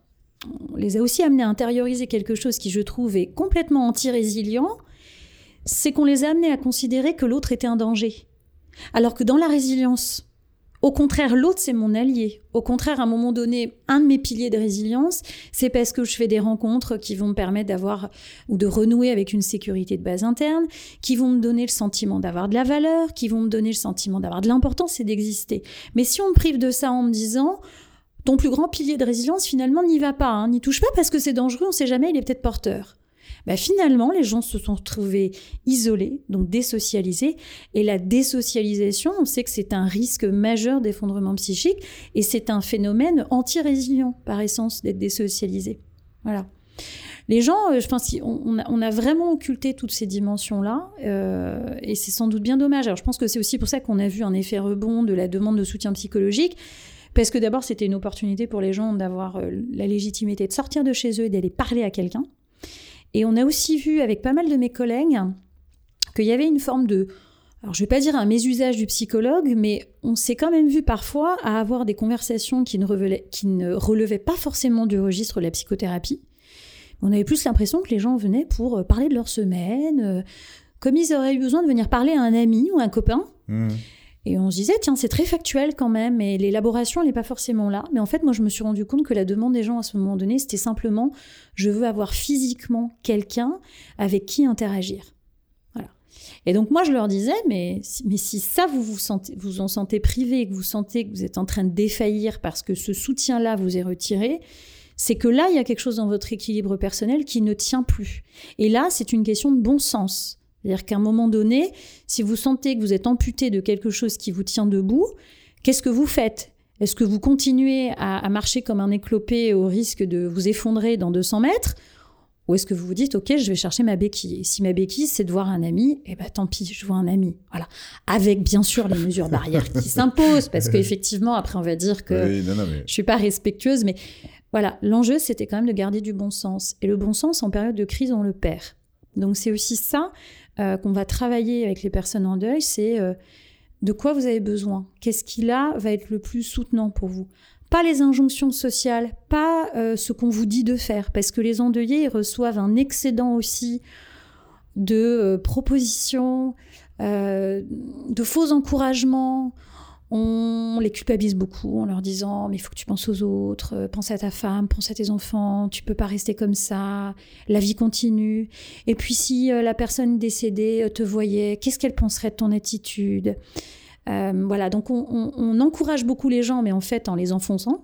on les a aussi amenés à intérioriser quelque chose qui, je trouve, est complètement anti-résilient, c'est qu'on les a amenés à considérer que l'autre était un danger. Alors que dans la résilience, au contraire, l'autre, c'est mon allié. Au contraire, à un moment donné, un de mes piliers de résilience, c'est parce que je fais des rencontres qui vont me permettre d'avoir ou de renouer avec une sécurité de base interne, qui vont me donner le sentiment d'avoir de la valeur, qui vont me donner le sentiment d'avoir de l'importance et d'exister. Mais si on me prive de ça en me disant... ton plus grand pilier de résilience, finalement, n'y va pas, hein, n'y touche pas parce que c'est dangereux, on ne sait jamais, il est peut-être porteur. Bah, finalement, les gens se sont retrouvés isolés, donc désocialisés. Et la désocialisation, on sait que c'est un risque majeur d'effondrement psychique et c'est un phénomène anti-résilient, par essence, d'être désocialisé. Voilà. Les gens, je pense qu'on a, on a vraiment occulté toutes ces dimensions-là euh, et c'est sans doute bien dommage. Alors, je pense que c'est aussi pour ça qu'on a vu un effet rebond de la demande de soutien psychologique. Parce que d'abord, c'était une opportunité pour les gens d'avoir euh, la légitimité de sortir de chez eux et d'aller parler à quelqu'un. Et on a aussi vu, avec pas mal de mes collègues, qu'il y avait une forme de... Alors, je ne vais pas dire un mésusage du psychologue, mais on s'est quand même vu parfois à avoir des conversations qui ne, revelaient, qui ne relevaient pas forcément du registre de la psychothérapie. On avait plus l'impression que les gens venaient pour parler de leur semaine, euh, comme ils auraient eu besoin de venir parler à un ami ou à un copain. Mmh. Et on se disait, tiens, c'est très factuel quand même, et l'élaboration, elle n'est pas forcément là. Mais en fait, moi, je me suis rendu compte que la demande des gens à ce moment donné, c'était simplement, je veux avoir physiquement quelqu'un avec qui interagir. Voilà. Et donc, moi, je leur disais, mais, mais si ça, vous vous, sentez, vous en sentez privé, que vous sentez que vous êtes en train de défaillir parce que ce soutien-là vous est retiré, c'est que là, il y a quelque chose dans votre équilibre personnel qui ne tient plus. Et là, c'est une question de bon sens. C'est-à-dire qu'à un moment donné, si vous sentez que vous êtes amputé de quelque chose qui vous tient debout, qu'est-ce que vous faites ? Est-ce que vous continuez à, à marcher comme un éclopé au risque de vous effondrer dans deux cents mètres ? Ou est-ce que vous vous dites, OK, je vais chercher ma béquille. Et si ma béquille, c'est de voir un ami, eh ben tant pis, je vois un ami. Voilà. Avec, bien sûr, les mesures barrières qui s'imposent, parce qu'effectivement, après, on va dire que oui, non, non, mais... je ne suis pas respectueuse. Mais voilà, l'enjeu, c'était quand même de garder du bon sens. Et le bon sens, en période de crise, on le perd. Donc, c'est aussi ça euh, qu'on va travailler avec les personnes en deuil, c'est euh, de quoi vous avez besoin. Qu'est-ce qui, là, va être le plus soutenant pour vous ? Pas les injonctions sociales, pas euh, ce qu'on vous dit de faire, parce que les endeuillés, ils reçoivent un excédent aussi de euh, propositions, euh, de faux encouragements. On les culpabilise beaucoup en leur disant « mais il faut que tu penses aux autres, euh, pense à ta femme, pense à tes enfants, tu peux pas rester comme ça, la vie continue. Et puis si euh, la personne décédée euh, te voyait, qu'est-ce qu'elle penserait de ton attitude ?» Euh, voilà, donc on, on, on encourage beaucoup les gens, mais en fait en les enfonçant.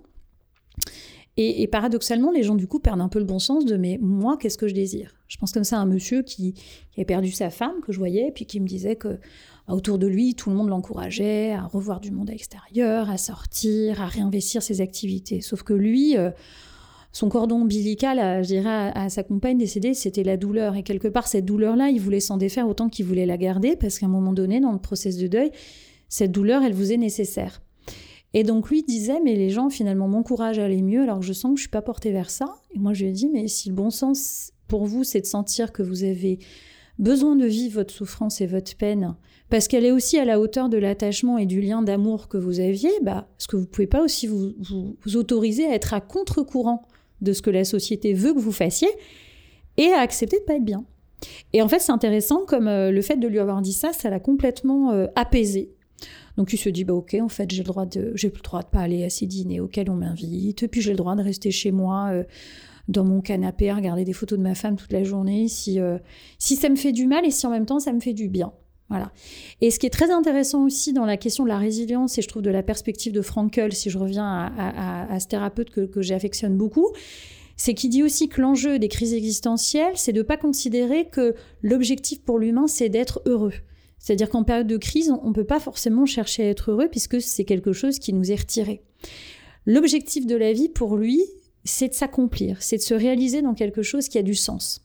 Et, et paradoxalement, les gens du coup perdent un peu le bon sens de « mais moi, qu'est-ce que je désire ?» Je pense comme ça à un monsieur qui, qui a perdu sa femme, que je voyais, puis qui me disait que autour de lui, tout le monde l'encourageait à revoir du monde extérieur, à sortir, à réinvestir ses activités. Sauf que lui, euh, son cordon ombilical, à, je dirais, à, à sa compagne décédée, c'était la douleur. Et quelque part, cette douleur-là, il voulait s'en défaire autant qu'il voulait la garder, parce qu'à un moment donné, dans le processus de deuil, cette douleur, elle vous est nécessaire. Et donc lui disait, mais les gens finalement m'encouragent à aller mieux alors que je sens que je ne suis pas portée vers ça. Et moi je lui ai dit, mais si le bon sens pour vous, c'est de sentir que vous avez besoin de vivre votre souffrance et votre peine, parce qu'elle est aussi à la hauteur de l'attachement et du lien d'amour que vous aviez, bah, est-ce que vous ne pouvez pas aussi vous, vous, vous autoriser à être à contre-courant de ce que la société veut que vous fassiez et à accepter de ne pas être bien. Et en fait, c'est intéressant comme euh, le fait de lui avoir dit ça, ça l'a complètement euh, apaisé. Donc il se dit bah ok, en fait j'ai le droit de j'ai le droit de pas aller à ces dîners auxquels on m'invite, puis j'ai le droit de rester chez moi euh, dans mon canapé à regarder des photos de ma femme toute la journée si euh, si ça me fait du mal et si en même temps ça me fait du bien. Voilà. Et ce qui est très intéressant aussi dans la question de la résilience, et je trouve de la perspective de Frankl, si je reviens à, à, à, à ce thérapeute que, que j'affectionne beaucoup, c'est qu'il dit aussi que l'enjeu des crises existentielles, c'est de ne pas considérer que l'objectif pour l'humain, c'est d'être heureux. C'est-à-dire qu'en période de crise, on ne peut pas forcément chercher à être heureux puisque c'est quelque chose qui nous est retiré. L'objectif de la vie, pour lui, c'est de s'accomplir, c'est de se réaliser dans quelque chose qui a du sens.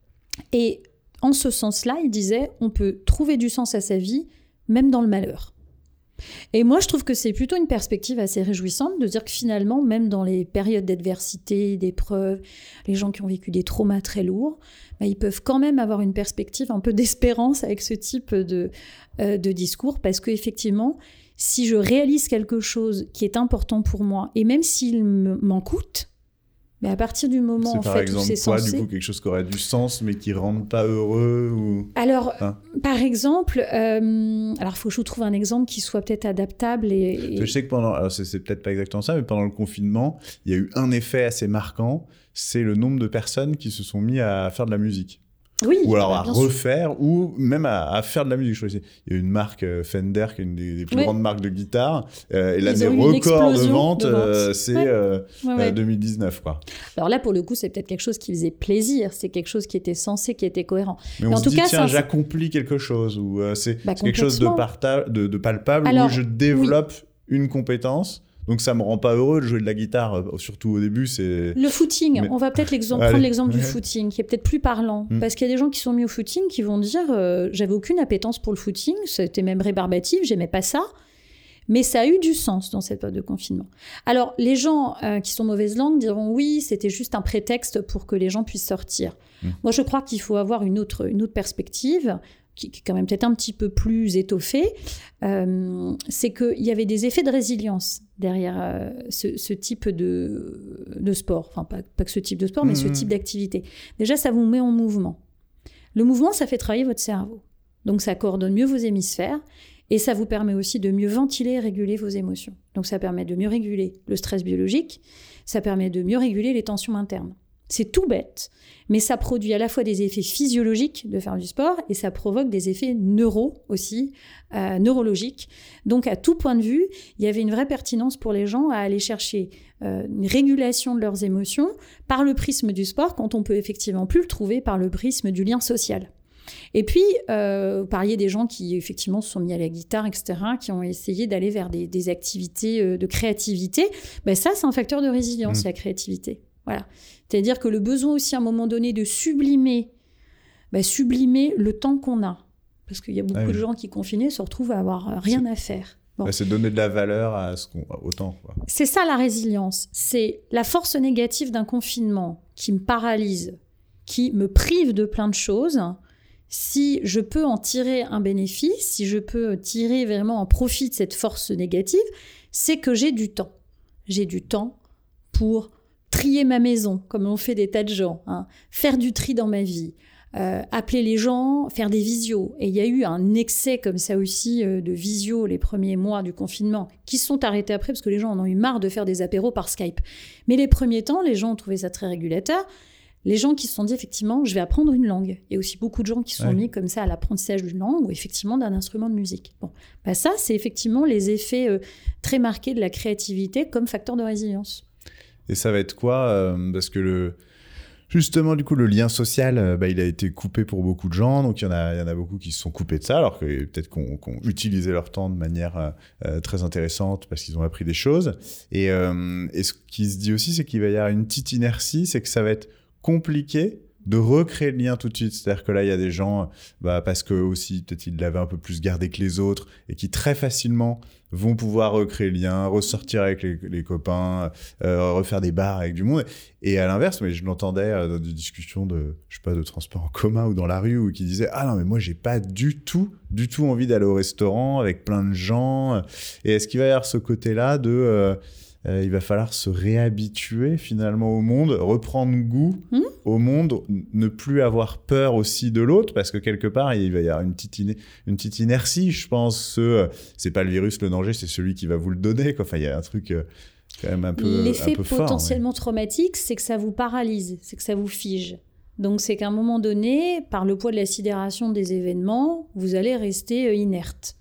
Et en ce sens-là, il disait, on peut trouver du sens à sa vie, même dans le malheur. Et moi, je trouve que c'est plutôt une perspective assez réjouissante de dire que finalement, même dans les périodes d'adversité, d'épreuves, les gens qui ont vécu des traumas très lourds, bah, ils peuvent quand même avoir une perspective un peu d'espérance avec ce type de, euh, de discours, parce qu'effectivement, si je réalise quelque chose qui est important pour moi, et même s'il m'en coûte, mais à partir du moment c'est en par fait, exemple où c'est quoi, censé... du coup, quelque chose qui aurait du sens, mais qui ne rende pas heureux ou... Alors, hein par exemple, euh, alors il faut que je vous trouve un exemple qui soit peut-être adaptable. Et, et... Je sais que pendant, alors c'est, c'est peut-être pas exactement ça, mais pendant le confinement, il y a eu un effet assez marquant, c'est le nombre de personnes qui se sont mis à faire de la musique. Oui, ou alors bah, à refaire, sûr. Ou même à, à faire de la musique. Je crois qu'il y a une marque euh, Fender, qui est une des, des plus oui. grandes marques de guitare, euh, et l'année record de vente, de vente. Euh, c'est ouais. Euh, ouais, ouais. Euh, deux mille dix-neuf. Quoi. Alors là, pour le coup, c'est peut-être quelque chose qui faisait plaisir, c'est quelque chose qui était sensé, qui était cohérent. Mais, Mais on en se tout dit, cas, tiens, ça... j'accomplis quelque chose, ou euh, c'est, bah, c'est quelque chose de, parta- de, de palpable, alors, où je développe oui. une compétence. Donc ça me rend pas heureux de jouer de la guitare, surtout au début. C'est le footing. Mais... On va peut-être l'exemple, prendre l'exemple du footing, qui est peut-être plus parlant, mm. parce qu'il y a des gens qui sont mis au footing qui vont dire euh, j'avais aucune appétence pour le footing, c'était même rébarbatif, j'aimais pas ça, mais ça a eu du sens dans cette période de confinement. Alors les gens euh, qui sont mauvaise langue diront oui, c'était juste un prétexte pour que les gens puissent sortir. Mm. Moi je crois qu'il faut avoir une autre une autre perspective. Qui, qui est quand même peut-être un petit peu plus étoffé, euh, c'est qu'il y avait des effets de résilience derrière euh, ce, ce type de, de sport. Enfin, pas, pas que ce type de sport, mmh. mais ce type d'activité. Déjà, ça vous met en mouvement. Le mouvement, ça fait travailler votre cerveau. Donc, ça coordonne mieux vos hémisphères et ça vous permet aussi de mieux ventiler et réguler vos émotions. Donc, ça permet de mieux réguler le stress biologique, ça permet de mieux réguler les tensions internes. C'est tout bête, mais ça produit à la fois des effets physiologiques de faire du sport et ça provoque des effets neuro aussi, euh, neurologiques. Donc, à tout point de vue, il y avait une vraie pertinence pour les gens à aller chercher euh, une régulation de leurs émotions par le prisme du sport, quand on peut effectivement plus le trouver par le prisme du lien social. Et puis, euh, vous parliez des gens qui, effectivement, se sont mis à la guitare, et cetera, qui ont essayé d'aller vers des, des activités euh, de créativité. Ben ça, c'est un facteur de résilience, mmh. la créativité. Voilà. C'est-à-dire que le besoin aussi, à un moment donné, de sublimer, ben, sublimer le temps qu'on a. Parce qu'il y a beaucoup ah oui. de gens qui, confinés, se retrouvent à avoir rien c'est... à faire. Bon. Ben, c'est donner de la valeur à ce qu'on... au temps. Quoi. C'est ça, la résilience. C'est la force négative d'un confinement qui me paralyse, qui me prive de plein de choses. Si je peux en tirer un bénéfice, si je peux tirer vraiment un profit de cette force négative, c'est que j'ai du temps. J'ai du temps pour trier ma maison, comme l'ont fait des tas de gens, hein, faire du tri dans ma vie, euh, appeler les gens, faire des visios. Et il y a eu un excès comme ça aussi euh, de visios les premiers mois du confinement, qui se sont arrêtés après parce que les gens en ont eu marre de faire des apéros par Skype. Mais les premiers temps, les gens ont trouvé ça très régulateur. Les gens qui se sont dit, effectivement, je vais apprendre une langue. Il y a aussi beaucoup de gens qui se sont ouais. mis comme ça à l'apprentissage d'une langue ou effectivement d'un instrument de musique. Bon, bah ça, c'est effectivement les effets euh, très marqués de la créativité comme facteur de résilience. Et ça va être quoi euh, parce que le... justement, du coup, le lien social, euh, bah, il a été coupé pour beaucoup de gens. Donc, il y en a, il y en a beaucoup qui se sont coupés de ça, alors que peut-être qu'on, qu'on utilisait leur temps de manière euh, très intéressante parce qu'ils ont appris des choses. Et, euh, et ce qui se dit aussi, c'est qu'il va y avoir une petite inertie, c'est que ça va être compliqué de recréer le lien tout de suite. C'est-à-dire que là, il y a des gens, bah, parce que aussi, peut-être ils l'avaient un peu plus gardé que les autres et qui très facilement vont pouvoir recréer le lien, ressortir avec les, les copains, euh, refaire des bars avec du monde. Et à l'inverse, mais je l'entendais euh, dans des discussions de, je sais pas, de transport en commun ou dans la rue, où qui disaient « Ah non, mais moi, j'ai pas du tout, du tout envie d'aller au restaurant avec plein de gens. » Et est-ce qu'il va y avoir ce côté-là de... Euh, Euh, il va falloir se réhabituer finalement au monde, reprendre goût mmh. au monde, ne plus avoir peur aussi de l'autre, parce que quelque part, il va y avoir une petite, in- une petite inertie, je pense. Ce, euh, c'est pas le virus, le danger, c'est celui qui va vous le donner, quoi. Enfin, il y a un truc euh, quand même un peu, L'effet un peu fort. potentiellement mais... traumatique, c'est que ça vous paralyse, c'est que ça vous fige. Donc, c'est qu'à un moment donné, par le poids de la sidération des événements, vous allez rester euh, inerte.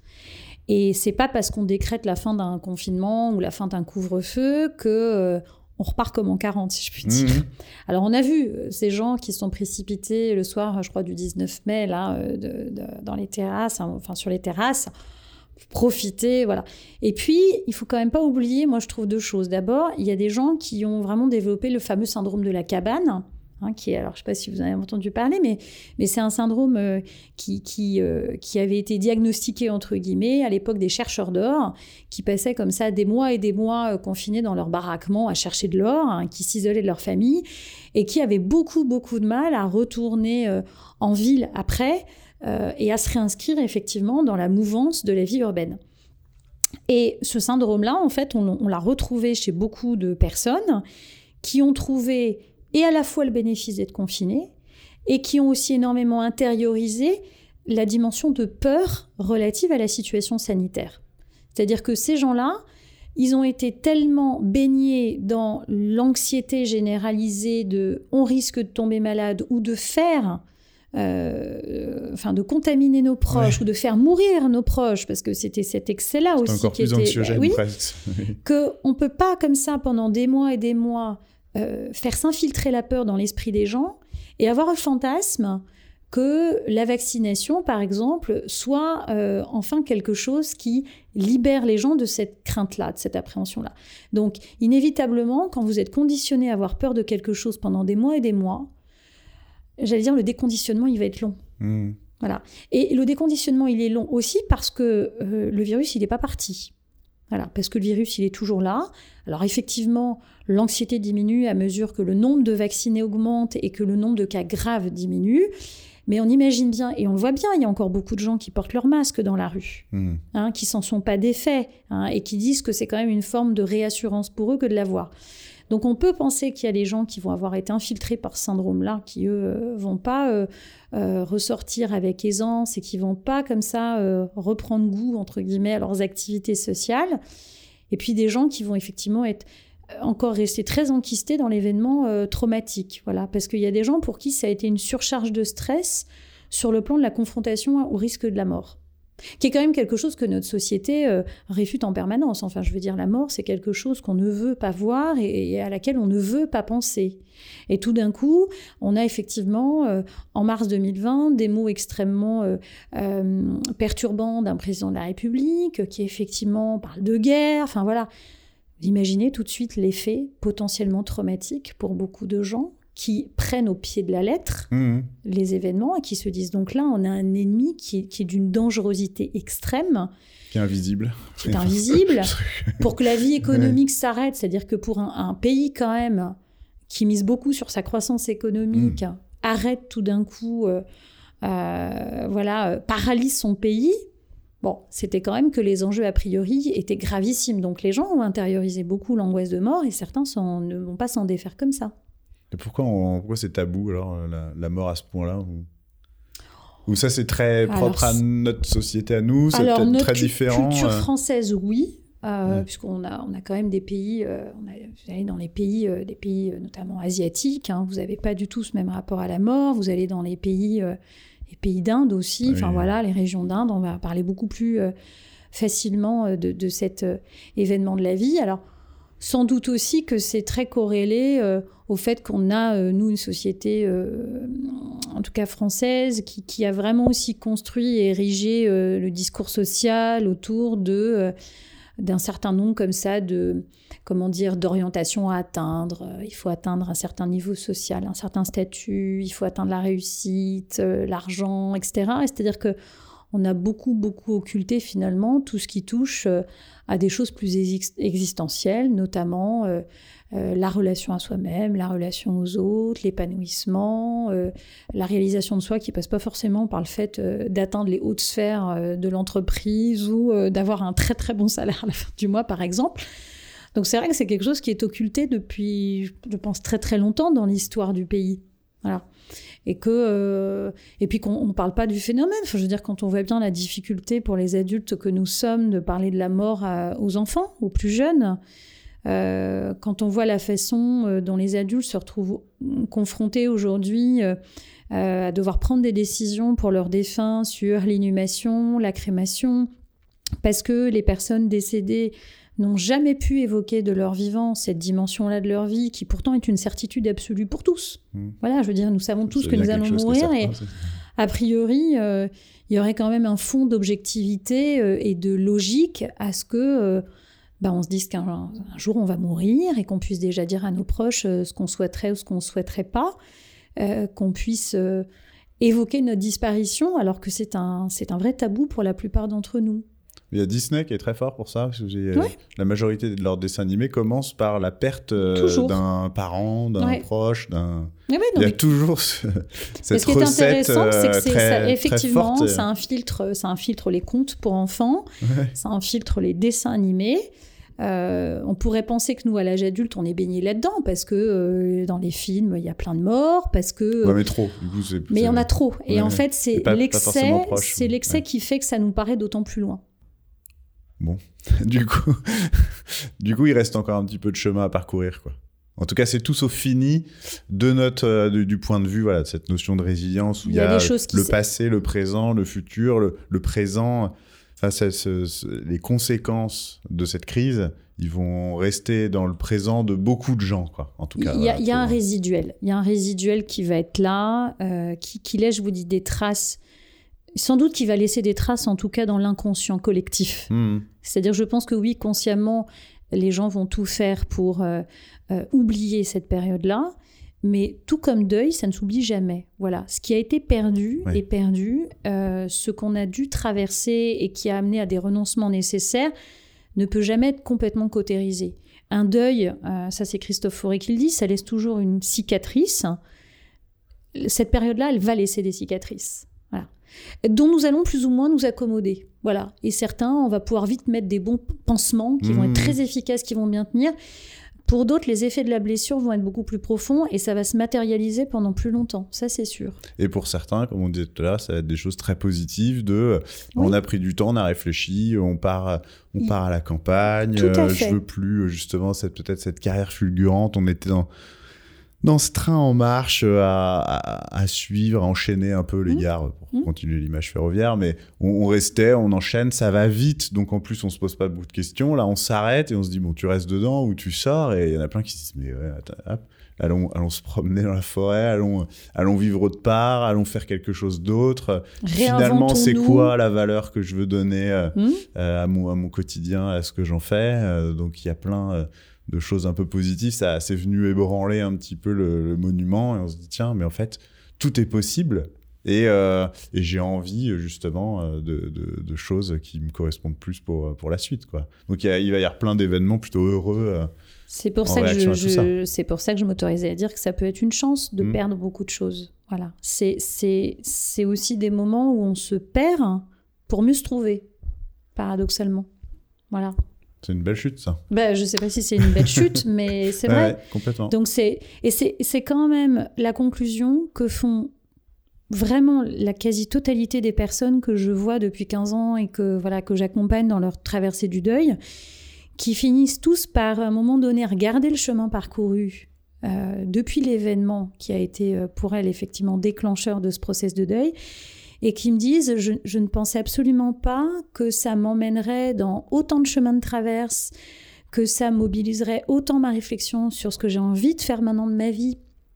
Et c'est pas parce qu'on décrète la fin d'un confinement ou la fin d'un couvre-feu que euh, on repart comme en quarante, si je puis dire. Mmh. Alors on a vu euh, ces gens qui sont précipités le soir, je crois du dix-neuf mai, là, euh, de, de, dans les terrasses, hein, enfin sur les terrasses, profiter, voilà. Et puis il faut quand même pas oublier, moi je trouve deux choses. D'abord, il y a des gens qui ont vraiment développé le fameux syndrome de la cabane. Hein, qui est, alors, je ne sais pas si vous en avez entendu parler, mais, mais c'est un syndrome euh, qui, qui, euh, qui avait été diagnostiqué, entre guillemets, à l'époque des chercheurs d'or, qui passaient comme ça des mois et des mois euh, confinés dans leur baraquement à chercher de l'or, hein, qui s'isolaient de leur famille, et qui avaient beaucoup, beaucoup de mal à retourner euh, en ville après, euh, et à se réinscrire effectivement dans la mouvance de la vie urbaine. Et ce syndrome-là, en fait, on, on l'a retrouvé chez beaucoup de personnes qui ont trouvé et à la fois le bénéfice d'être confinés, et qui ont aussi énormément intériorisé la dimension de peur relative à la situation sanitaire. C'est-à-dire que ces gens-là, ils ont été tellement baignés dans l'anxiété généralisée de « on risque de tomber malade » ou de faire, euh, enfin de contaminer nos proches ouais. ou de faire mourir nos proches, parce que c'était cet excès-là c'est aussi encore qui plus était... anxiogène bah, oui, presque. qu'on ne peut pas comme ça pendant des mois et des mois Euh, faire s'infiltrer la peur dans l'esprit des gens et avoir un fantasme que la vaccination, par exemple, soit euh, enfin quelque chose qui libère les gens de cette crainte-là, de cette appréhension-là. Donc, inévitablement, quand vous êtes conditionné à avoir peur de quelque chose pendant des mois et des mois, j'allais dire, le déconditionnement, il va être long. Mmh. Voilà. Et le déconditionnement, il est long aussi parce que euh, le virus, il n'est pas parti. Voilà, parce que le virus, il est toujours là. Alors effectivement, l'anxiété diminue à mesure que le nombre de vaccinés augmente et que le nombre de cas graves diminue. Mais on imagine bien, et on le voit bien, il y a encore beaucoup de gens qui portent leur masque dans la rue, mmh. hein, qui s'en sont pas défaits, hein, et qui disent que c'est quand même une forme de réassurance pour eux que de l'avoir. Donc on peut penser qu'il y a des gens qui vont avoir été infiltrés par ce syndrome-là, qui eux euh, vont pas euh, euh, ressortir avec aisance et qui vont pas comme ça euh, reprendre goût, entre guillemets, à leurs activités sociales. Et puis des gens qui vont effectivement être encore restés très enquistés dans l'événement euh, traumatique. Voilà, parce qu'il y a des gens pour qui ça a été une surcharge de stress sur le plan de la confrontation au risque de la mort. Qui est quand même quelque chose que notre société euh, réfute en permanence. Enfin, je veux dire, la mort, c'est quelque chose qu'on ne veut pas voir et, et à laquelle on ne veut pas penser. Et tout d'un coup, on a effectivement, euh, en mars deux mille vingt, des mots extrêmement euh, euh, perturbants d'un président de la République qui, effectivement, parle de guerre. Enfin, voilà. Vous imaginez tout de suite l'effet potentiellement traumatique pour beaucoup de gens qui prennent au pied de la lettre mmh. les événements et qui se disent donc là, on a un ennemi qui est, qui est d'une dangerosité extrême. Qui est invisible. Qui est invisible. Pour que la vie économique ouais. s'arrête, c'est-à-dire que pour un, un pays quand même qui mise beaucoup sur sa croissance économique, mmh. arrête tout d'un coup, euh, euh, voilà, euh, paralyse son pays. Bon, c'était quand même que les enjeux a priori étaient gravissimes. Donc les gens ont intériorisé beaucoup l'angoisse de mort et certains sont, ne vont pas s'en défaire comme ça. Et pourquoi, on, pourquoi c'est tabou, alors, la, la mort à ce point-là ou, ou ça, c'est très propre alors, à notre société, à nous, c'est peut-être très cu- différent. Alors, notre culture euh... française, oui, euh, ouais. puisqu'on a, on a quand même des pays, euh, on a, vous allez dans les pays, euh, des pays euh, notamment asiatiques, hein, vous n'avez pas du tout ce même rapport à la mort, vous allez dans les pays, euh, les pays d'Inde aussi, oui. enfin voilà, les régions d'Inde, on va parler beaucoup plus euh, facilement euh, de, de cet euh, événement de la vie. Alors, sans doute aussi que c'est très corrélé euh, au fait qu'on a, euh, nous, une société, euh, en tout cas française, qui, qui a vraiment aussi construit et érigé euh, le discours social autour de, euh, d'un certain nombre comme ça de, comment dire, d'orientation à atteindre. Il faut atteindre un certain niveau social, un certain statut, il faut atteindre la réussite, euh, l'argent, et cetera. Et c'est-à-dire que on a beaucoup, beaucoup occulté finalement tout ce qui touche euh, à des choses plus ex- existentielles, notamment euh, euh, la relation à soi-même, la relation aux autres, l'épanouissement, euh, la réalisation de soi qui ne passe pas forcément par le fait euh, d'atteindre les hautes sphères euh, de l'entreprise ou euh, d'avoir un très, très bon salaire à la fin du mois, par exemple. Donc c'est vrai que c'est quelque chose qui est occulté depuis, je pense, très, très longtemps dans l'histoire du pays. Voilà. Et, que, euh, et puis qu'on ne parle pas du phénomène. Enfin, je veux dire, quand on voit bien la difficulté pour les adultes que nous sommes de parler de la mort à, aux enfants, aux plus jeunes, euh, quand on voit la façon dont les adultes se retrouvent confrontés aujourd'hui euh, à devoir prendre des décisions pour leurs défunts sur l'inhumation, la crémation, parce que les personnes décédées n'ont jamais pu évoquer de leur vivant cette dimension-là de leur vie, qui pourtant est une certitude absolue pour tous. Mmh. Voilà, je veux dire, nous savons tous que nous allons mourir, et a priori, euh, il y aurait quand même un fond d'objectivité euh, et de logique à ce que, euh, bah, on se dise qu'un un jour on va mourir, et qu'on puisse déjà dire à nos proches euh, ce qu'on souhaiterait ou ce qu'on ne souhaiterait pas, euh, qu'on puisse euh, évoquer notre disparition, alors que c'est un, c'est un vrai tabou pour la plupart d'entre nous. Il y a Disney qui est très fort pour ça. Parce que j'ai, ouais. La majorité de leurs dessins animés commencent par la perte euh, d'un parent, d'un ouais. proche, d'un... Ouais, ouais, il y a mais... toujours ce... cette ce qui est recette intéressant, c'est que c'est, très, ça, effectivement, très forte. Ça infiltre, ça infiltre les contes pour enfants, ouais. ça infiltre les dessins animés. Euh, on pourrait penser que nous, à l'âge adulte, on est baigné là-dedans, parce que euh, dans les films, il y a plein de morts, parce que... Ouais, mais trop. Du coup, c'est, mais il y en a trop. Et ouais, en fait, c'est pas, l'excès, pas proche, c'est l'excès ouais. qui fait que ça nous paraît d'autant plus loin. Bon, du coup, du coup, il reste encore un petit peu de chemin à parcourir, quoi. En tout cas, c'est tout sauf fini de notre, euh, du, du point de vue, voilà, de cette notion de résilience où il y a, y a le passé, le présent, le futur, le, le présent. Enfin, c'est, c'est, c'est, les conséquences de cette crise, ils vont rester dans le présent de beaucoup de gens, quoi. En tout cas, il y a, voilà, y a un résiduel, il y a un résiduel qui va être là, euh, qui, qui laisse, je vous dis, des traces. Sans doute qu'il va laisser des traces, en tout cas, dans l'inconscient collectif. Mmh. C'est-à-dire, je pense que oui, consciemment, les gens vont tout faire pour euh, euh, oublier cette période-là, mais tout comme deuil, ça ne s'oublie jamais. Voilà, ce qui a été perdu oui. est perdu. Euh, ce qu'on a dû traverser et qui a amené à des renoncements nécessaires ne peut jamais être complètement cautérisé. Un deuil, euh, ça c'est Christophe Fauré qui le dit, ça laisse toujours une cicatrice. Cette période-là, elle va laisser des cicatrices. Voilà. Dont nous allons plus ou moins nous accommoder. Voilà. Et certains, on va pouvoir vite mettre des bons pansements qui mmh. vont être très efficaces, qui vont bien tenir. Pour d'autres, les effets de la blessure vont être beaucoup plus profonds et ça va se matérialiser pendant plus longtemps. Ça, c'est sûr. Et pour certains, comme on disait tout à l'heure, ça va être des choses très positives de oui. on a pris du temps, on a réfléchi, on part, on part à la campagne. Tout à fait. Je veux plus, justement, cette, peut-être cette carrière fulgurante. On était dans... dans ce train en marche à, à, à suivre, à enchaîner un peu les Mmh. gares pour Mmh. continuer l'image ferroviaire, mais on, on restait, on enchaîne, ça va vite, donc en plus on se pose pas beaucoup de questions. Là, on s'arrête et on se dit bon, tu restes dedans ou tu sors, et il y en a plein qui se disent mais ouais, attends, hop, allons, allons se promener dans la forêt, allons, allons vivre autre part, allons faire quelque chose d'autre. Finalement, c'est quoi la valeur que je veux donner euh, mmh. euh, à, mon, à mon quotidien, à ce que j'en fais. euh, Donc il y a plein euh, de choses un peu positives. Ça c'est venu ébranler un petit peu le, le monument, et on se dit tiens, mais en fait tout est possible. Et, euh, et j'ai envie justement de, de, de choses qui me correspondent plus pour, pour la suite, quoi. Donc il, y a, il va y avoir plein d'événements plutôt heureux. Euh, c'est pour ça que je, je c'est pour ça que je m'autorisais à dire que ça peut être une chance de mmh. perdre beaucoup de choses. Voilà, c'est c'est c'est aussi des moments où on se perd pour mieux se trouver, paradoxalement. Voilà. C'est une belle chute, ça. Ben, je ne sais pas si c'est une belle chute, mais c'est vrai. Ouais, complètement. Donc c'est, et c'est, c'est quand même la conclusion que font vraiment la quasi-totalité des personnes que je vois depuis quinze ans et que, voilà, que j'accompagne dans leur traversée du deuil, qui finissent tous par, à un moment donné, regarder le chemin parcouru euh, depuis l'événement qui a été pour elles effectivement déclencheur de ce process de deuil, et qui me disent je, je ne pensais absolument pas que ça m'emmènerait dans autant de chemins de traverse, que ça mobiliserait autant ma réflexion sur ce que j'ai envie de faire maintenant de ma vie,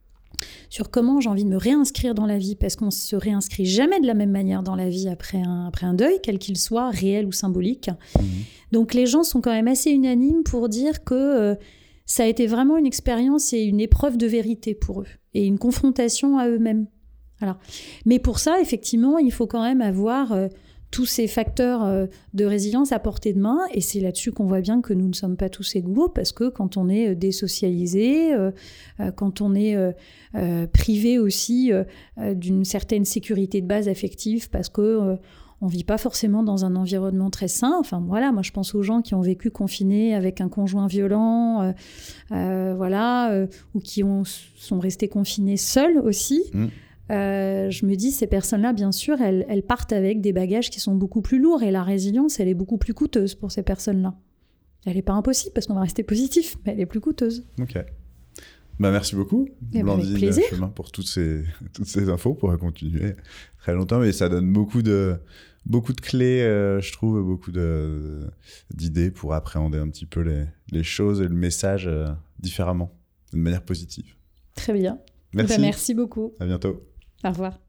sur comment j'ai envie de me réinscrire dans la vie, parce qu'on ne se réinscrit jamais de la même manière dans la vie après un, après un deuil, quel qu'il soit, réel ou symbolique. Mmh. Donc les gens sont quand même assez unanimes pour dire que euh, ça a été vraiment une expérience et une épreuve de vérité pour eux, et une confrontation à eux-mêmes. Alors, mais pour ça, effectivement, il faut quand même avoir euh, tous ces facteurs euh, de résilience à portée de main, et c'est là-dessus qu'on voit bien que nous ne sommes pas tous égaux, parce que quand on est désocialisé, euh, euh, quand on est euh, euh, privé aussi euh, d'une certaine sécurité de base affective, parce que euh, on vit pas forcément dans un environnement très sain. Enfin voilà, moi je pense aux gens qui ont vécu confinés avec un conjoint violent, euh, euh, voilà, euh, ou qui ont, sont restés confinés seuls aussi. Mmh. Euh, je me dis, ces personnes-là, bien sûr, elles, elles partent avec des bagages qui sont beaucoup plus lourds, et la résilience, elle est beaucoup plus coûteuse pour ces personnes-là. Elle n'est pas impossible, parce qu'on va rester positif, mais elle est plus coûteuse. Ok. Bah, merci beaucoup, eh Blandine ben Chemin, pour toutes ces, toutes ces infos. On pourra continuer très longtemps, mais ça donne beaucoup de, beaucoup de clés, euh, je trouve, beaucoup de, d'idées pour appréhender un petit peu les, les choses et le message euh, différemment, de manière positive. Très bien. Merci. Ben, merci beaucoup. À bientôt. Au revoir.